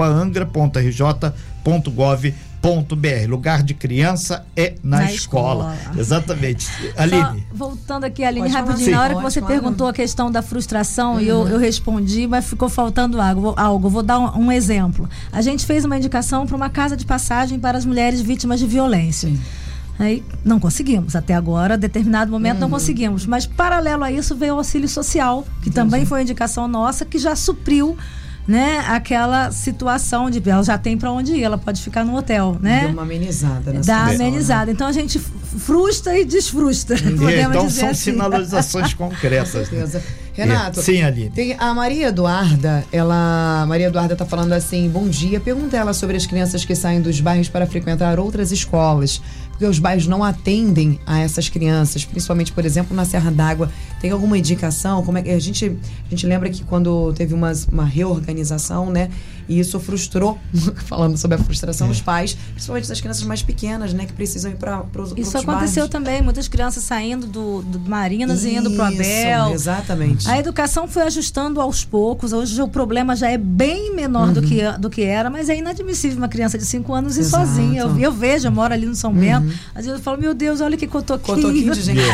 S3: @angra.rj.gov.br. Lugar de criança é na escola. Exatamente. Aline.
S4: Só voltando aqui, Aline, rapidinho. Na hora que você perguntou a questão da frustração, e eu respondi, mas ficou faltando algo. Vou dar um exemplo. A gente fez uma indicação para uma casa de passagem para as mulheres vítimas de violência. Aí não conseguimos, até agora, determinado momento não conseguimos, mas paralelo a isso veio o auxílio social, que também foi indicação nossa, que já supriu, né, aquela situação de ela já tem para onde ir, ela pode ficar no hotel, né?
S2: Deu uma amenizada nessa
S4: Dá amenizada, né? Então a gente frustra e desfrustra.
S3: Então são assim. Sinalizações concretas.
S2: Né? Renato,
S3: sim, Aline.
S2: Tem a Maria Eduarda, Maria Eduarda tá falando assim, bom dia, pergunta ela sobre as crianças que saem dos bairros para frequentar outras escolas, porque os bairros não atendem a essas crianças, principalmente, por exemplo, na Serra d'Água. Tem alguma indicação? Como é que a gente lembra que quando teve uma reorganização, né, E isso frustrou, falando sobre a frustração dos pais, principalmente das crianças mais pequenas, né, que precisam ir para os
S4: Isso aconteceu também, muitas crianças saindo do Marinas e indo pro Abel.
S2: Exatamente.
S4: A educação foi ajustando aos poucos, hoje o problema já é bem menor do que era, mas é inadmissível uma criança de 5 anos ir sozinha. Eu vejo, eu moro ali no São Bento, às vezes eu falo, meu Deus, olha que cotoquinho
S2: de gente.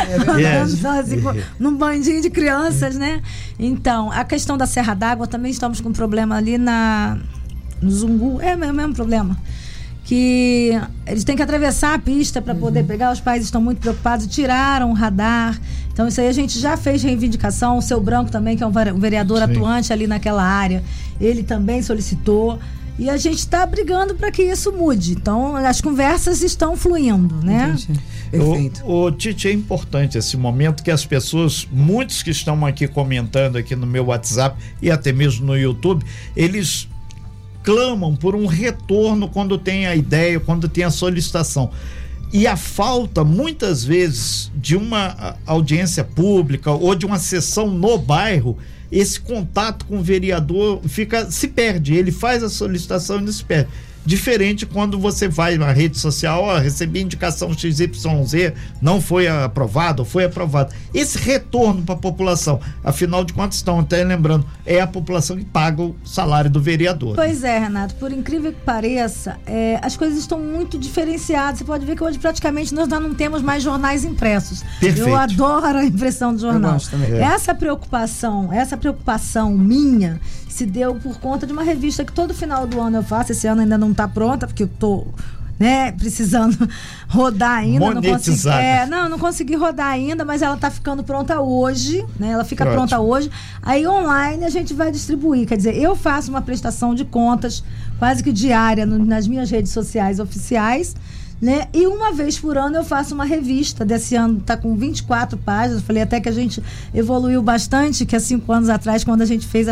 S4: Num bandinho de crianças, né? Então, a questão da Serra d'Água, também estamos com um problema ali no Zungu, é o mesmo problema. Que eles têm que atravessar a pista para poder pegar, os pais estão muito preocupados, tiraram o radar. Então isso aí a gente já fez reivindicação. O Seu Branco também, que é um vereador atuante ali naquela área, ele também solicitou. E a gente está brigando para que isso mude. Então, as conversas estão fluindo, né?
S2: Perfeito.
S3: O Tite, é importante esse momento que as pessoas, muitos que estão aqui comentando aqui no meu WhatsApp e até mesmo no YouTube, eles clamam por um retorno quando tem a ideia, quando tem a solicitação. E a falta, muitas vezes, de uma audiência pública ou de uma sessão no bairro, esse contato com o vereador se perde, ele faz a solicitação e se perde. Diferente quando você vai na rede social, recebi indicação XYZ, não foi aprovado, foi aprovado. Esse retorno para a população, afinal de contas, estão até lembrando, é a população que paga o salário do vereador.
S4: Pois é, Renato, por incrível que pareça, as coisas estão muito diferenciadas. Você pode ver que hoje praticamente nós não temos mais jornais impressos.
S3: Perfeito.
S4: Eu adoro a impressão do jornal.
S2: Eu gosto também.
S4: Essa preocupação minha se deu por conta de uma revista que todo final do ano eu faço. Esse ano ainda não está pronta, porque eu tô, precisando rodar ainda.
S3: Monetizar.
S4: Não consegui rodar ainda, mas ela está ficando pronta hoje, né? Ela fica pronta hoje. Aí online a gente vai distribuir. Quer dizer, eu faço uma prestação de contas quase que diária nas minhas redes sociais oficiais, né? E uma vez por ano eu faço uma revista. Desse ano está com 24 páginas. Falei até que a gente evoluiu bastante, que há 5 anos atrás, quando a gente fez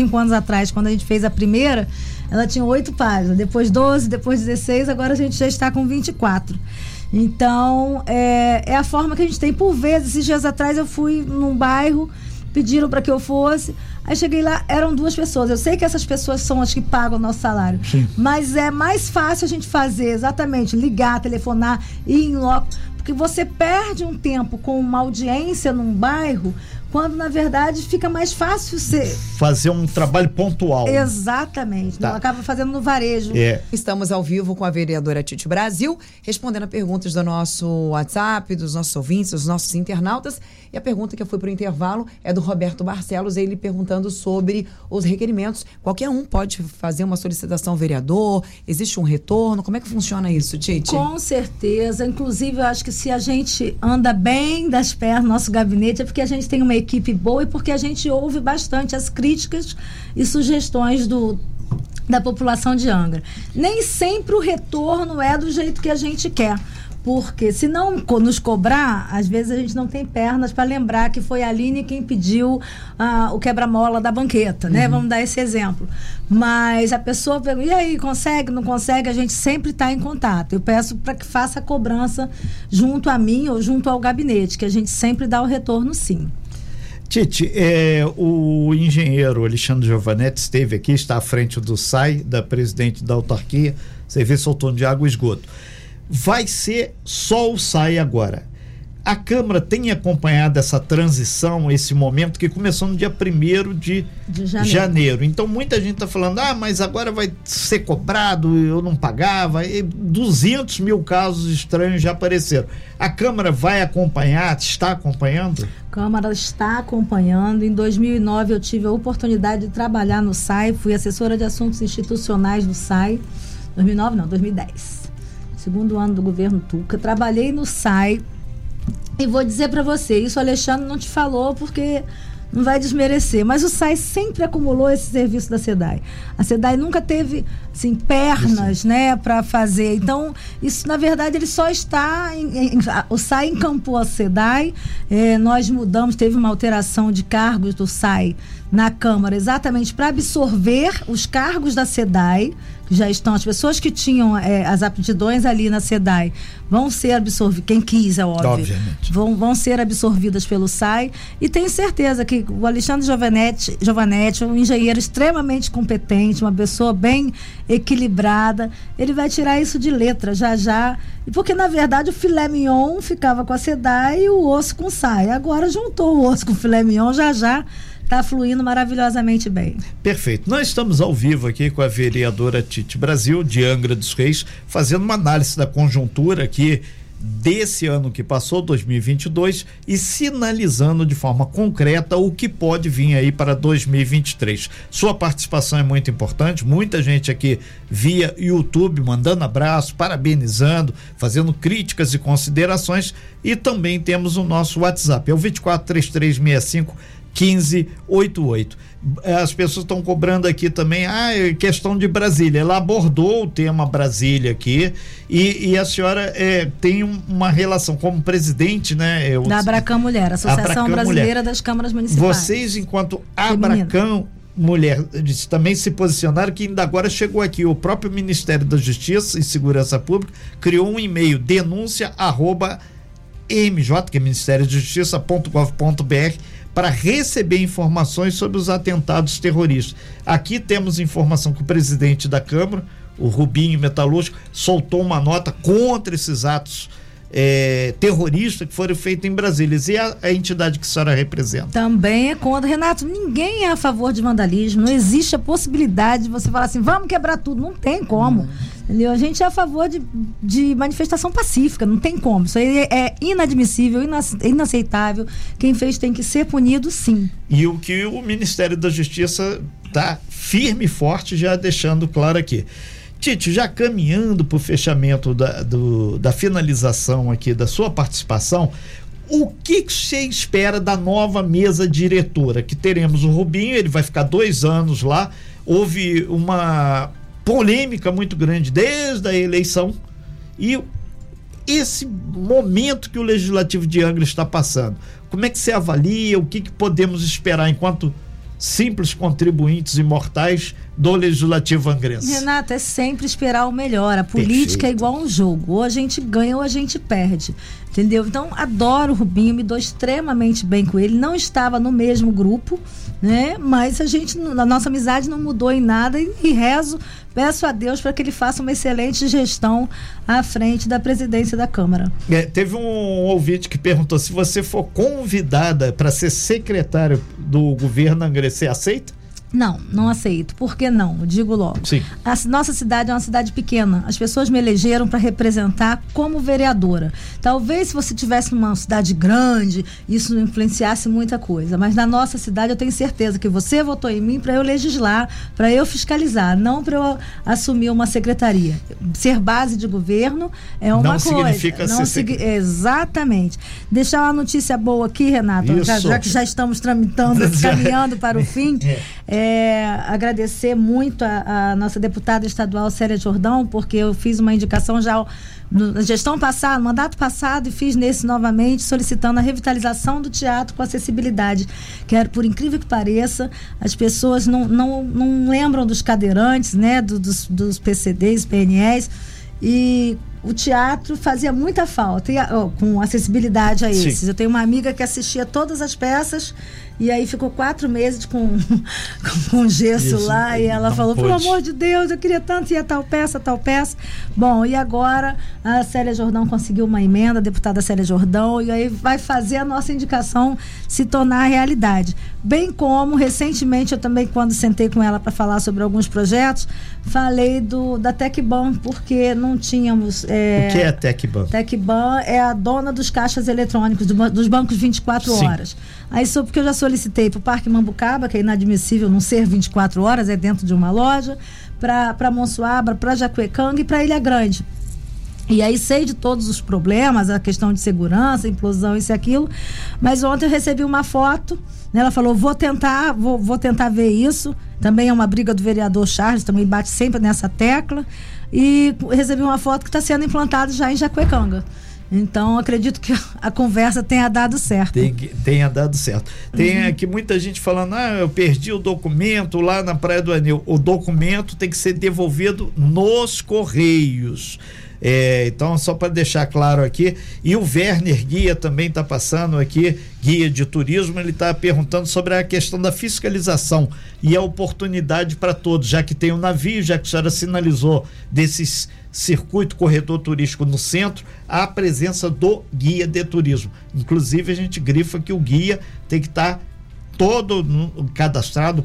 S4: a primeira, ela tinha 8 páginas, depois 12, depois 16, agora a gente já está com 24. Então, é a forma que a gente tem. Por vezes, esses dias atrás eu fui num bairro, pediram para que eu fosse, aí cheguei lá, eram 2 pessoas. Eu sei que essas pessoas são as que pagam o nosso salário. Sim. Mas é mais fácil a gente fazer exatamente, ligar, telefonar, ir em loco, porque você perde um tempo com uma audiência num bairro, quando na verdade fica mais fácil
S3: fazer um trabalho pontual.
S4: Exatamente, tá. Não acaba fazendo no varejo.
S2: Estamos ao vivo com a vereadora Tite Brasil, respondendo a perguntas do nosso WhatsApp, dos nossos ouvintes, dos nossos internautas. E a pergunta que foi para o intervalo é do Roberto Barcelos, ele perguntando sobre os requerimentos. Qualquer um pode fazer uma solicitação ao vereador? Existe um retorno? Como é que funciona isso, Tite?
S4: Com certeza. Inclusive, eu acho que se a gente anda bem das pernas no nosso gabinete, é porque a gente tem uma equipe boa e porque a gente ouve bastante as críticas e sugestões da população de Angra. Nem sempre o retorno é do jeito que a gente quer. Porque se não nos cobrar, às vezes a gente não tem pernas para lembrar que foi a Aline quem pediu o quebra-mola da banqueta, né? Vamos dar esse exemplo. Mas a pessoa pergunta, e aí, consegue, não consegue? A gente sempre está em contato. Eu peço para que faça a cobrança junto a mim ou junto ao gabinete, que a gente sempre dá o retorno, sim.
S3: Tite, o engenheiro Alexandre Giovanetti esteve aqui, está à frente do SAI, da presidente da autarquia, Serviço Autônomo de Água e Esgoto. Vai ser só o SAI agora. A Câmara tem acompanhado essa transição, esse momento que começou no dia 1º de janeiro. Então muita gente está falando, mas agora vai ser cobrado, eu não pagava. E 200 mil casos estranhos já apareceram. A Câmara vai acompanhar, está acompanhando?
S4: A Câmara está acompanhando. Em 2009 eu tive a oportunidade de trabalhar no SAI, fui assessora de assuntos institucionais do SAI. 2009 não, 2010. Segundo ano do governo Tuca. Trabalhei no SAI e vou dizer para você, isso o Alexandre não te falou porque não vai desmerecer, mas o SAI sempre acumulou esse serviço da SEDAI. A SEDAI nunca teve assim, pernas, né, para fazer. Então, isso na verdade ele só está o SAI encampou a SEDAI, nós mudamos, teve uma alteração de cargos do SAI na Câmara exatamente para absorver os cargos da SEDAI, que já estão, as pessoas que tinham as aptidões ali na SEDAI vão ser absorvidas, quem quis, é óbvio,
S3: obviamente,
S4: vão ser absorvidas pelo SAI, e tenho certeza que o Alexandre Giovanetti, um engenheiro extremamente competente, uma pessoa bem equilibrada, ele vai tirar isso de letra já, porque na verdade o filé mignon ficava com a SEDAI e o osso com o SAI, agora juntou o osso com o filé mignon, já está fluindo maravilhosamente bem.
S3: Perfeito. Nós estamos ao vivo aqui com a vereadora Tite Brasil, de Angra dos Reis, fazendo uma análise da conjuntura aqui desse ano que passou, 2022, e sinalizando de forma concreta o que pode vir aí para 2023. Sua participação é muito importante, muita gente aqui via YouTube mandando abraço, parabenizando, fazendo críticas e considerações, e também temos o nosso WhatsApp, é o 2433651588. As pessoas estão cobrando aqui também, questão de Brasília. Ela abordou o tema Brasília aqui, e a senhora tem uma relação como presidente, né?
S4: Da Abracam Mulher, Associação Brasileira das Câmaras Municipais.
S3: Vocês, enquanto Abracam Mulher, também se posicionaram, que ainda agora chegou aqui, o próprio Ministério da Justiça e Segurança Pública criou um e-mail, denúncia@mj, que é Ministério da Justiça.gov.br, para receber informações sobre os atentados terroristas. Aqui temos informação que o presidente da Câmara, o Rubinho Metalúrgico, soltou uma nota contra esses atos terroristas que foram feitos em Brasília. E a entidade que a senhora representa? Também
S4: é contra. Renato, ninguém é a favor de vandalismo, não existe a possibilidade de você falar assim, vamos quebrar tudo, não tem como. Entendeu? A gente é a favor de manifestação pacífica, não tem como. Isso aí é inadmissível, inaceitável. Quem fez tem que ser punido, sim.
S3: E o que o Ministério da Justiça está firme e forte, já deixando claro aqui. Tite, já caminhando para o fechamento da finalização aqui da sua participação, o que você espera da nova mesa diretora? Que teremos o Rubinho, ele vai ficar 2 anos lá. Houve uma polêmica muito grande desde a eleição, e esse momento que o Legislativo de Angra está passando, como é que você avalia, o que podemos esperar enquanto simples contribuintes imortais do Legislativo angrense?
S4: Renato, é sempre esperar o melhor. A política é igual um jogo, ou a gente ganha ou a gente perde, entendeu? Então, adoro o Rubinho, me dou extremamente bem com ele, não estava no mesmo grupo, né? Mas a nossa amizade não mudou em nada, e peço a Deus para que ele faça uma excelente gestão à frente da presidência da Câmara.
S3: Teve um ouvinte que perguntou, se você for convidada para ser secretário do governo angrense, você aceita?
S4: Não aceito. Por que não? Eu digo logo.
S3: Sim.
S4: A nossa cidade é uma cidade pequena. As pessoas me elegeram para representar como vereadora. Talvez se você tivesse numa cidade grande, isso não influenciasse muita coisa. Mas na nossa cidade eu tenho certeza que você votou em mim para eu legislar, para eu fiscalizar, não para eu assumir uma secretaria. Ser base de governo é uma coisa.
S3: Não significa ser
S4: Exatamente. Deixar uma notícia boa aqui, Renato, já que já estamos tramitando, caminhando para o fim. Agradecer muito a nossa deputada estadual Célia Jordão, porque eu fiz uma indicação já na gestão passada, no mandato passado, e fiz nesse novamente, solicitando a revitalização do teatro com acessibilidade, que por incrível que pareça, as pessoas não lembram dos cadeirantes, né, dos PCDs, PNEs, e o teatro fazia muita falta, com acessibilidade a esses. Sim. Eu tenho uma amiga que assistia todas as peças, e aí ficou 4 meses com gesso lá, e ela falou, pelo amor de Deus, eu queria tanto ir a tal peça. Bom, e agora a Célia Jordão conseguiu uma emenda, a deputada Célia Jordão, e aí vai fazer a nossa indicação se tornar realidade. Bem como, recentemente, eu também, quando sentei com ela para falar sobre alguns projetos, falei da Tecban, porque não tínhamos...
S3: O que é a Tecban?
S4: Tecban é a dona dos caixas eletrônicos, dos bancos 24 horas. Aí só porque eu já solicitei para o Parque Mambucaba, que é inadmissível não ser 24 horas, é dentro de uma loja, para Monsuaba, para Jacuecanga e para Ilha Grande. E aí sei de todos os problemas, a questão de segurança, implosão, isso e aquilo, mas ontem eu recebi uma foto, né, ela falou, vou tentar ver isso, também é uma briga do vereador Charles, também bate sempre nessa tecla, e recebi uma foto que está sendo implantada já em Jacuecanga. Então, acredito que a conversa tenha dado certo.
S3: Tenha dado certo. Tem aqui muita gente falando, eu perdi o documento lá na Praia do Anil. O documento tem que ser devolvido nos Correios. Então, só para deixar claro aqui, e o Werner Guia também está passando aqui, guia de turismo, ele está perguntando sobre a questão da fiscalização e a oportunidade para todos, já que tem um navio, já que a senhora sinalizou desses circuito corredor turístico no centro, a presença do guia de turismo. Inclusive, a gente grifa que o guia tem que estar todo cadastrado,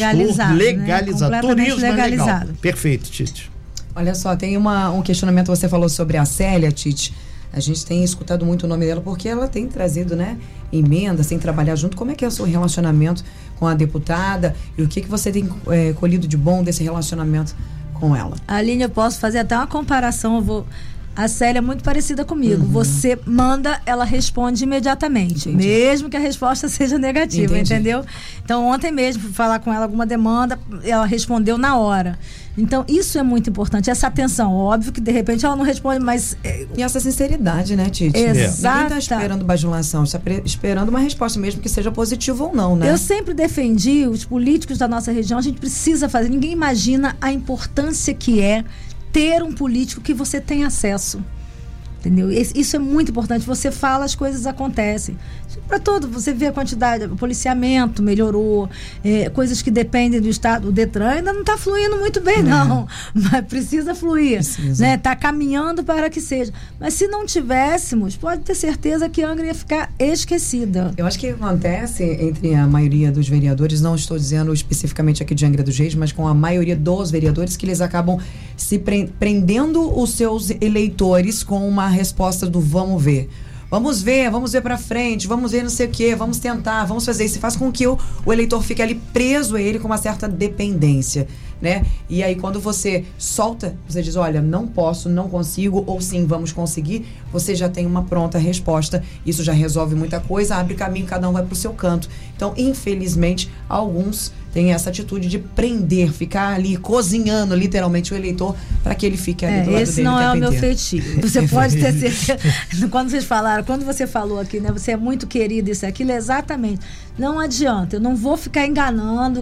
S3: legalizado.
S4: Né?
S3: Turismo
S4: legalizado.
S3: É legal. Perfeito, Tite.
S2: Olha só, tem um questionamento, você falou sobre a Célia, Tite. A gente tem escutado muito o nome dela porque ela tem trazido, né, emendas, tem trabalhado junto. Como é que é o seu relacionamento com a deputada e o que você tem colhido de bom desse relacionamento com ela?
S4: Aline, eu posso fazer até uma comparação, A Célia é muito parecida comigo. Você manda, ela responde imediatamente.
S2: Entendi.
S4: Mesmo que a resposta seja negativa,
S2: Entendi.
S4: entendeu? Então, ontem mesmo, fui falar com ela alguma demanda, ela respondeu na hora. Então, isso é muito importante, essa atenção. Óbvio que, de repente, ela não responde, mas...
S2: E essa sinceridade, né, Tite?
S4: Exato.
S2: Ninguém está esperando bajulação, está esperando uma resposta, mesmo que seja positiva ou não, né?
S4: Eu sempre defendi, os políticos da nossa região, a gente precisa fazer. Ninguém imagina a importância que é ter um político que você tem acesso. Entendeu? Isso é muito importante. Você fala, as coisas acontecem. Para todo, você vê a quantidade, o policiamento melhorou, coisas que dependem do Estado, o Detran ainda não está fluindo muito bem, não. Mas precisa fluir. Né? Está caminhando para que seja. Mas se não tivéssemos, pode ter certeza que Angra ia ficar esquecida.
S2: Eu acho que acontece entre a maioria dos vereadores, não estou dizendo especificamente aqui de Angra dos Reis, mas com a maioria dos vereadores, que eles acabam se prendendo os seus eleitores com uma resposta do vamos ver. Vamos ver pra frente, vamos ver não sei o quê, vamos tentar, vamos fazer. Isso faz com que o eleitor fique ali preso a ele com uma certa dependência, né? E aí quando você solta, você diz, olha, não posso, não consigo, ou sim, vamos conseguir, você já tem uma pronta resposta. Isso já resolve muita coisa, abre caminho, cada um vai pro seu canto. Então, infelizmente, alguns têm essa atitude de prender, ficar ali cozinhando literalmente o eleitor para que ele fique ali do lado
S4: esse
S2: dele.
S4: Não é o meu feitio. Você pode ter certeza. Quando você falou aqui, né? Você é muito querido, isso e aquilo, exatamente. Não adianta, eu não vou ficar enganando.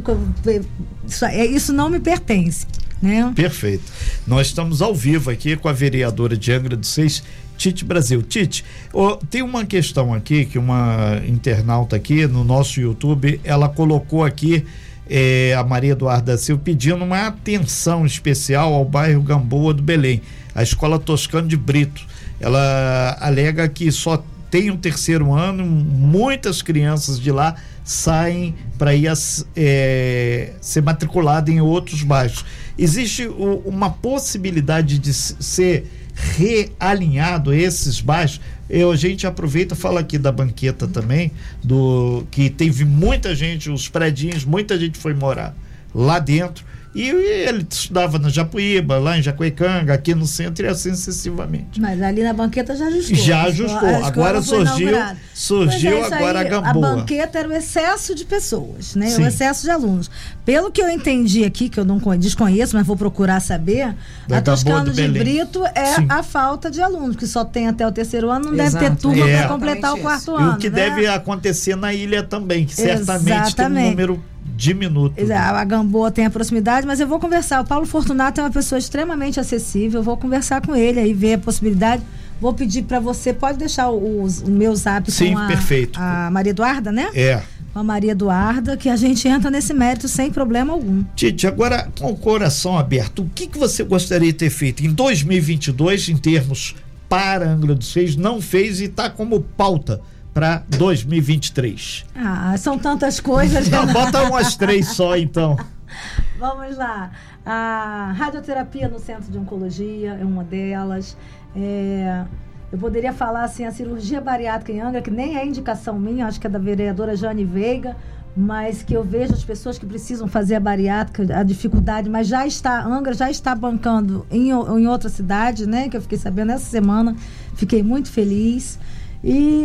S4: Isso não me pertence. Né?
S3: Perfeito. Nós estamos ao vivo aqui com a vereadora de Angra dos Reis, Tite Brasil. Tite, tem uma questão aqui que uma internauta aqui no nosso YouTube, ela colocou aqui, a Maria Eduarda Silva, pedindo uma atenção especial ao bairro Gamboa do Belém, a Escola Toscano de Brito. Ela alega que só tem o terceiro ano, muitas crianças de lá saem para ir ser matriculada em outros bairros. Existe uma possibilidade de ser realinhado esses bairros? A gente aproveita e fala aqui da banqueta também, que teve muita gente, os predinhos, muita gente foi morar lá dentro, e ele estudava na Japuíba, lá em Jacuecanga, aqui no centro, e assim sucessivamente.
S4: Mas ali na banqueta já ajustou.
S3: Já ajustou. Agora surgiu agora a Gamboa.
S4: A banqueta era o excesso de pessoas, né?
S3: Sim.
S4: O excesso de alunos. Pelo que eu entendi aqui, que eu não desconheço, mas vou procurar saber,
S3: da
S4: a Toscano de
S3: Belém.
S4: Brito é
S3: Sim.
S4: a falta de alunos, que só tem até o terceiro ano, não
S2: Exato.
S4: deve ter turma para
S2: É.
S4: completar o quarto
S3: E
S4: ano.
S3: o que
S4: né?
S3: deve acontecer na ilha também, que certamente tem um
S4: Exatamente.
S3: número diminuto.
S4: A Gamboa tem a proximidade, mas eu vou conversar. O Paulo Fortunato é uma pessoa extremamente acessível. Eu vou conversar com ele aí, ver a possibilidade. Vou pedir para você, pode deixar o meu zap.
S3: Sim,
S4: com
S3: perfeito.
S4: a Maria Eduarda, né? Com a Maria Eduarda, que a gente entra nesse mérito sem problema algum.
S3: Tite, agora com o coração aberto, o que você gostaria de ter feito em 2022 em termos para Angra dos Reis? Não fez e está como pauta para 2023.
S4: São tantas coisas.
S3: Não, bota umas 3 só então.
S4: Vamos lá. A radioterapia no Centro de Oncologia é uma delas. Eu poderia falar assim, a cirurgia bariátrica em Angra, que nem é indicação minha, acho que é da vereadora Jane Veiga, mas que eu vejo as pessoas que precisam fazer a bariátrica, a dificuldade, mas Angra já está bancando em outra cidade, né? Que eu fiquei sabendo essa semana, fiquei muito feliz. E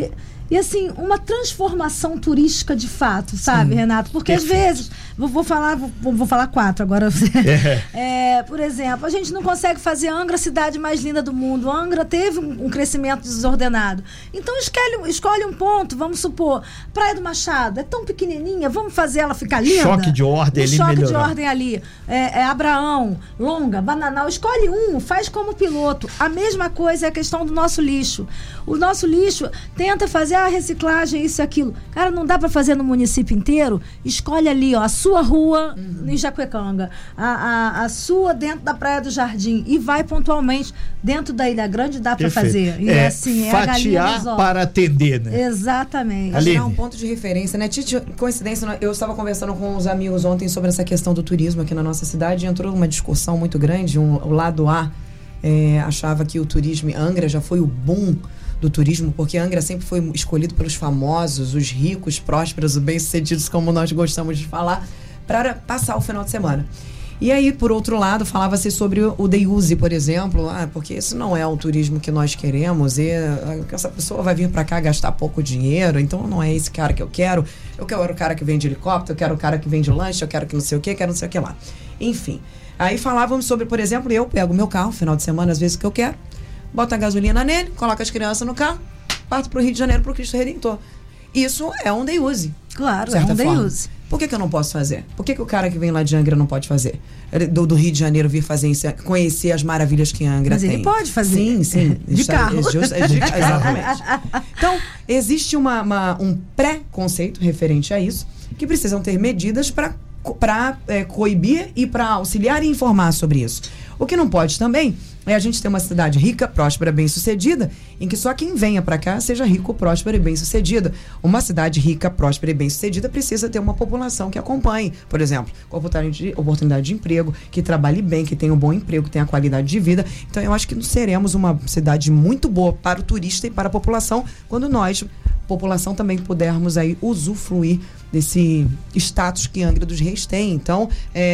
S4: E assim, uma transformação turística de fato, sabe, Renato? Porque às vezes, vou falar 4 agora. Por exemplo, a gente não consegue fazer Angra a cidade mais linda do mundo. Angra teve um crescimento desordenado. Então escolhe um ponto, vamos supor, Praia do Machado, é tão pequenininha, vamos fazer ela ficar linda?
S3: Choque de ordem ali,
S4: choque
S3: melhorar.
S4: de ordem ali. Abraão, Longa, Bananal, escolhe um, faz como piloto. A mesma coisa é a questão do nosso lixo. O nosso lixo tenta fazer a reciclagem, isso e aquilo. Cara, não dá para fazer no município inteiro? Escolhe ali, ó, a sua rua em Jacuecanga, a sua dentro da Praia do Jardim e vai pontualmente dentro da Ilha Grande, dá para fazer. E assim,
S3: fatiar para atender, né?
S4: Exatamente.
S2: Acho que é um ponto de referência, né? Titi, coincidência, eu estava conversando com os amigos ontem sobre essa questão do turismo aqui na nossa cidade e entrou uma discussão muito grande. O lado A achava que o turismo em Angra já foi o boom do turismo, porque Angra sempre foi escolhido pelos famosos, os ricos, prósperos, os bem-sucedidos, como nós gostamos de falar, para passar o final de semana. E aí, por outro lado, falava-se sobre o day use, por exemplo, porque esse não é o turismo que nós queremos, e essa pessoa vai vir para cá gastar pouco dinheiro, então não é esse cara que eu quero o cara que vem de helicóptero, eu quero o cara que vem de lanche, eu quero que não sei o que, quero não sei o que lá. Enfim, aí falávamos sobre, por exemplo, eu pego meu carro, final de semana, às vezes que eu quero, boto a gasolina nele, coloco as crianças no carro, parto pro Rio de Janeiro, pro Cristo Redentor. Isso é um day use.
S4: Claro, é um day use.
S2: Por que eu não posso fazer? Por que o cara que vem lá de Angra não pode fazer? Do Rio de Janeiro vir fazer isso, conhecer as maravilhas que Angra tem.
S4: Mas ele pode fazer.
S2: Sim.
S4: De carro.
S2: Exatamente. Então, existe um pré-conceito referente a isso, que precisam ter medidas para coibir e para auxiliar e informar sobre isso. O que não pode também é a gente ter uma cidade rica, próspera, bem-sucedida, em que só quem venha para cá seja rico, próspero e bem-sucedido. Uma cidade rica, próspera e bem-sucedida precisa ter uma população que acompanhe, por exemplo, com oportunidade de emprego, que trabalhe bem, que tenha um bom emprego, que tenha qualidade de vida. Então, eu acho que seremos uma cidade muito boa para o turista e para a população, quando nós, população, também pudermos aí usufruir desse status que Angra dos Reis tem. Então,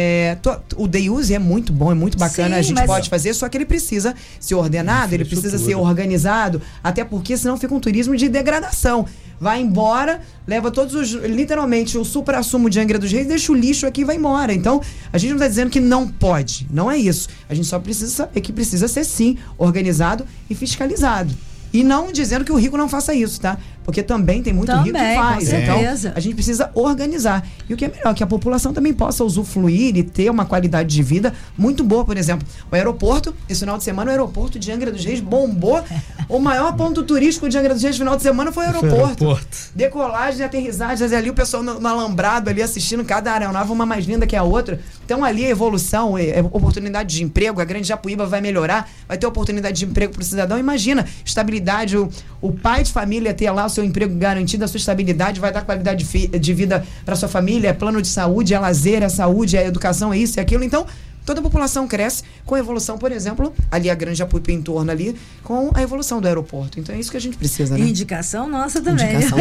S2: o day use é muito bom, é muito bacana. Sim, a gente pode fazer, só que ele precisa ser ordenado, ele precisa ser organizado, até porque senão fica um turismo de degradação. Vai embora, leva literalmente o supra-sumo de Angra dos Reis, deixa o lixo aqui e vai embora. Então, a gente não está dizendo que não pode, não é isso. A gente só precisa saber que precisa ser, sim, organizado e fiscalizado. E não dizendo que o rico não faça isso, tá? Porque também tem muito rico que faz.
S4: Com certeza.
S2: Então, a gente precisa organizar. E o que é melhor, que a população também possa usufruir e ter uma qualidade de vida muito boa. Por exemplo, o aeroporto, esse final de semana, o aeroporto de Angra dos Reis bombou. O maior ponto turístico de Angra dos Reis no final de semana foi o aeroporto. Decolagem e aterrissagem, ali o pessoal no alambrado ali assistindo cada aeronave, uma mais linda que a outra. Então, ali a evolução, oportunidade de emprego, a Grande Japuíba vai melhorar, vai ter oportunidade de emprego para o cidadão. Imagina, estabilidade, o pai de família ter lá o seu emprego garantido, a sua estabilidade, vai dar qualidade de vida para sua família, é plano de saúde, é lazer, é saúde, é educação, é isso, é aquilo. Então, toda a população cresce com a evolução, por exemplo, ali a Grande Japuípe em torno ali, com a evolução do aeroporto. Então é isso que a gente precisa, né?
S4: Indicação nossa também.
S2: Indicação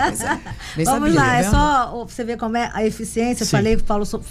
S4: Vamos lá, é só você ver como é a eficiência.
S2: Sim.
S4: Eu falei que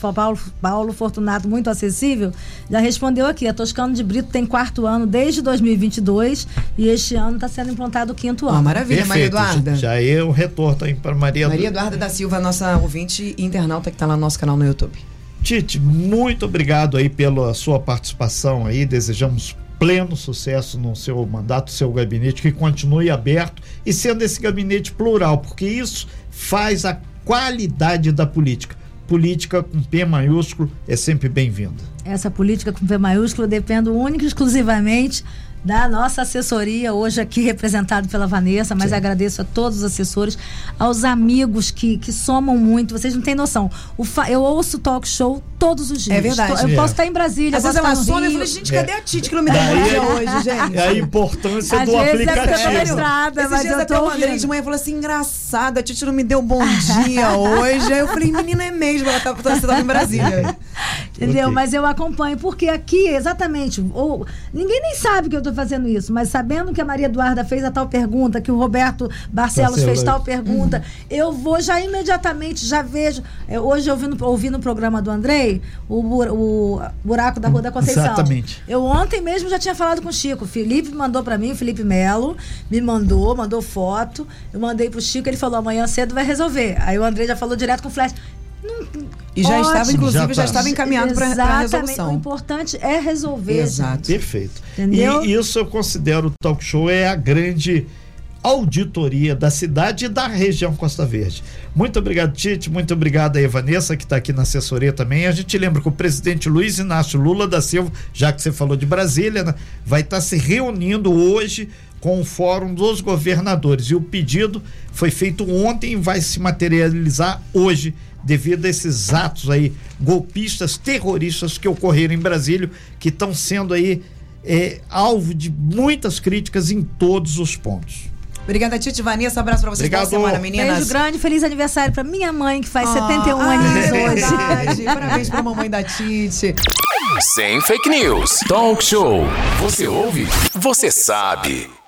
S4: Paulo Fortunato, muito acessível, já respondeu aqui. A Toscano de Brito tem 4º ano desde 2022 e este ano está sendo implantado o 5º ano.
S2: Maravilha, Maria Eduarda.
S3: Já eu retorno aí para Maria
S2: Eduarda da Silva, nossa ouvinte e internauta que está lá no nosso canal no YouTube.
S3: Titi, muito obrigado aí pela sua participação aí, desejamos pleno sucesso no seu mandato, no seu gabinete, que continue aberto e sendo esse gabinete plural, porque isso faz a qualidade da política. Política com P maiúsculo é sempre bem-vinda.
S4: Essa política com P maiúsculo depende única e exclusivamente da nossa assessoria, hoje aqui representado pela Vanessa, mas agradeço a todos os assessores, aos amigos que somam muito, vocês não têm noção. Eu ouço talk show todos os dias.
S2: É verdade.
S4: Eu posso estar em Brasília,
S2: às vezes ela some e fala, gente, cadê a Titi que não me deu bom dia hoje, gente?
S3: É a importância
S4: às
S3: do aplicativo.
S2: Esses dias até o Andrei de manhã falou assim, engraçada, a Titi não me deu bom dia hoje. Aí eu falei, menina, é mesmo, você estava em Brasília.
S4: Entendeu? Okay. Mas eu acompanho, porque aqui, exatamente, ninguém nem sabe que eu estou fazendo isso, mas sabendo que a Maria Eduarda fez a tal pergunta, que o Roberto Barcelos fez tal pergunta, eu vou já imediatamente, já vejo, hoje ouvindo o programa do Andrei, falei, o buraco da Rua da Conceição.
S3: Exatamente.
S4: Eu ontem mesmo já tinha falado com o Chico. O Felipe mandou pra mim, o Felipe Melo, me mandou foto. Eu mandei pro Chico, ele falou, amanhã cedo vai resolver. Aí o André já falou direto com o Flash.
S2: E já estava, inclusive, já
S3: tá.
S2: estava encaminhado para a resolução.
S4: O importante é resolver.
S2: Exato.
S3: Perfeito.
S4: Entendeu?
S3: E isso eu considero o Talk Show é a grande auditoria da cidade e da região Costa Verde. Muito obrigado, Tite, muito obrigado aí, Vanessa, que está aqui na assessoria também. A gente lembra que o presidente Luiz Inácio Lula da Silva, já que você falou de Brasília, né, vai estar se reunindo hoje com o Fórum dos Governadores, e o pedido foi feito ontem e vai se materializar hoje, devido a esses atos aí golpistas, terroristas que ocorreram em Brasília, que estão sendo aí alvo de muitas críticas em todos os pontos.
S2: Obrigada, Tite. Vanessa, abraço pra vocês.
S3: Obrigado.
S2: Boa semana, meninas.
S4: Beijo grande, feliz aniversário pra minha mãe, que faz 71 anos hoje.
S2: Verdade. Parabéns pra mamãe da Tite.
S1: Sem fake news. Talk Show. Você ouve? Você sabe.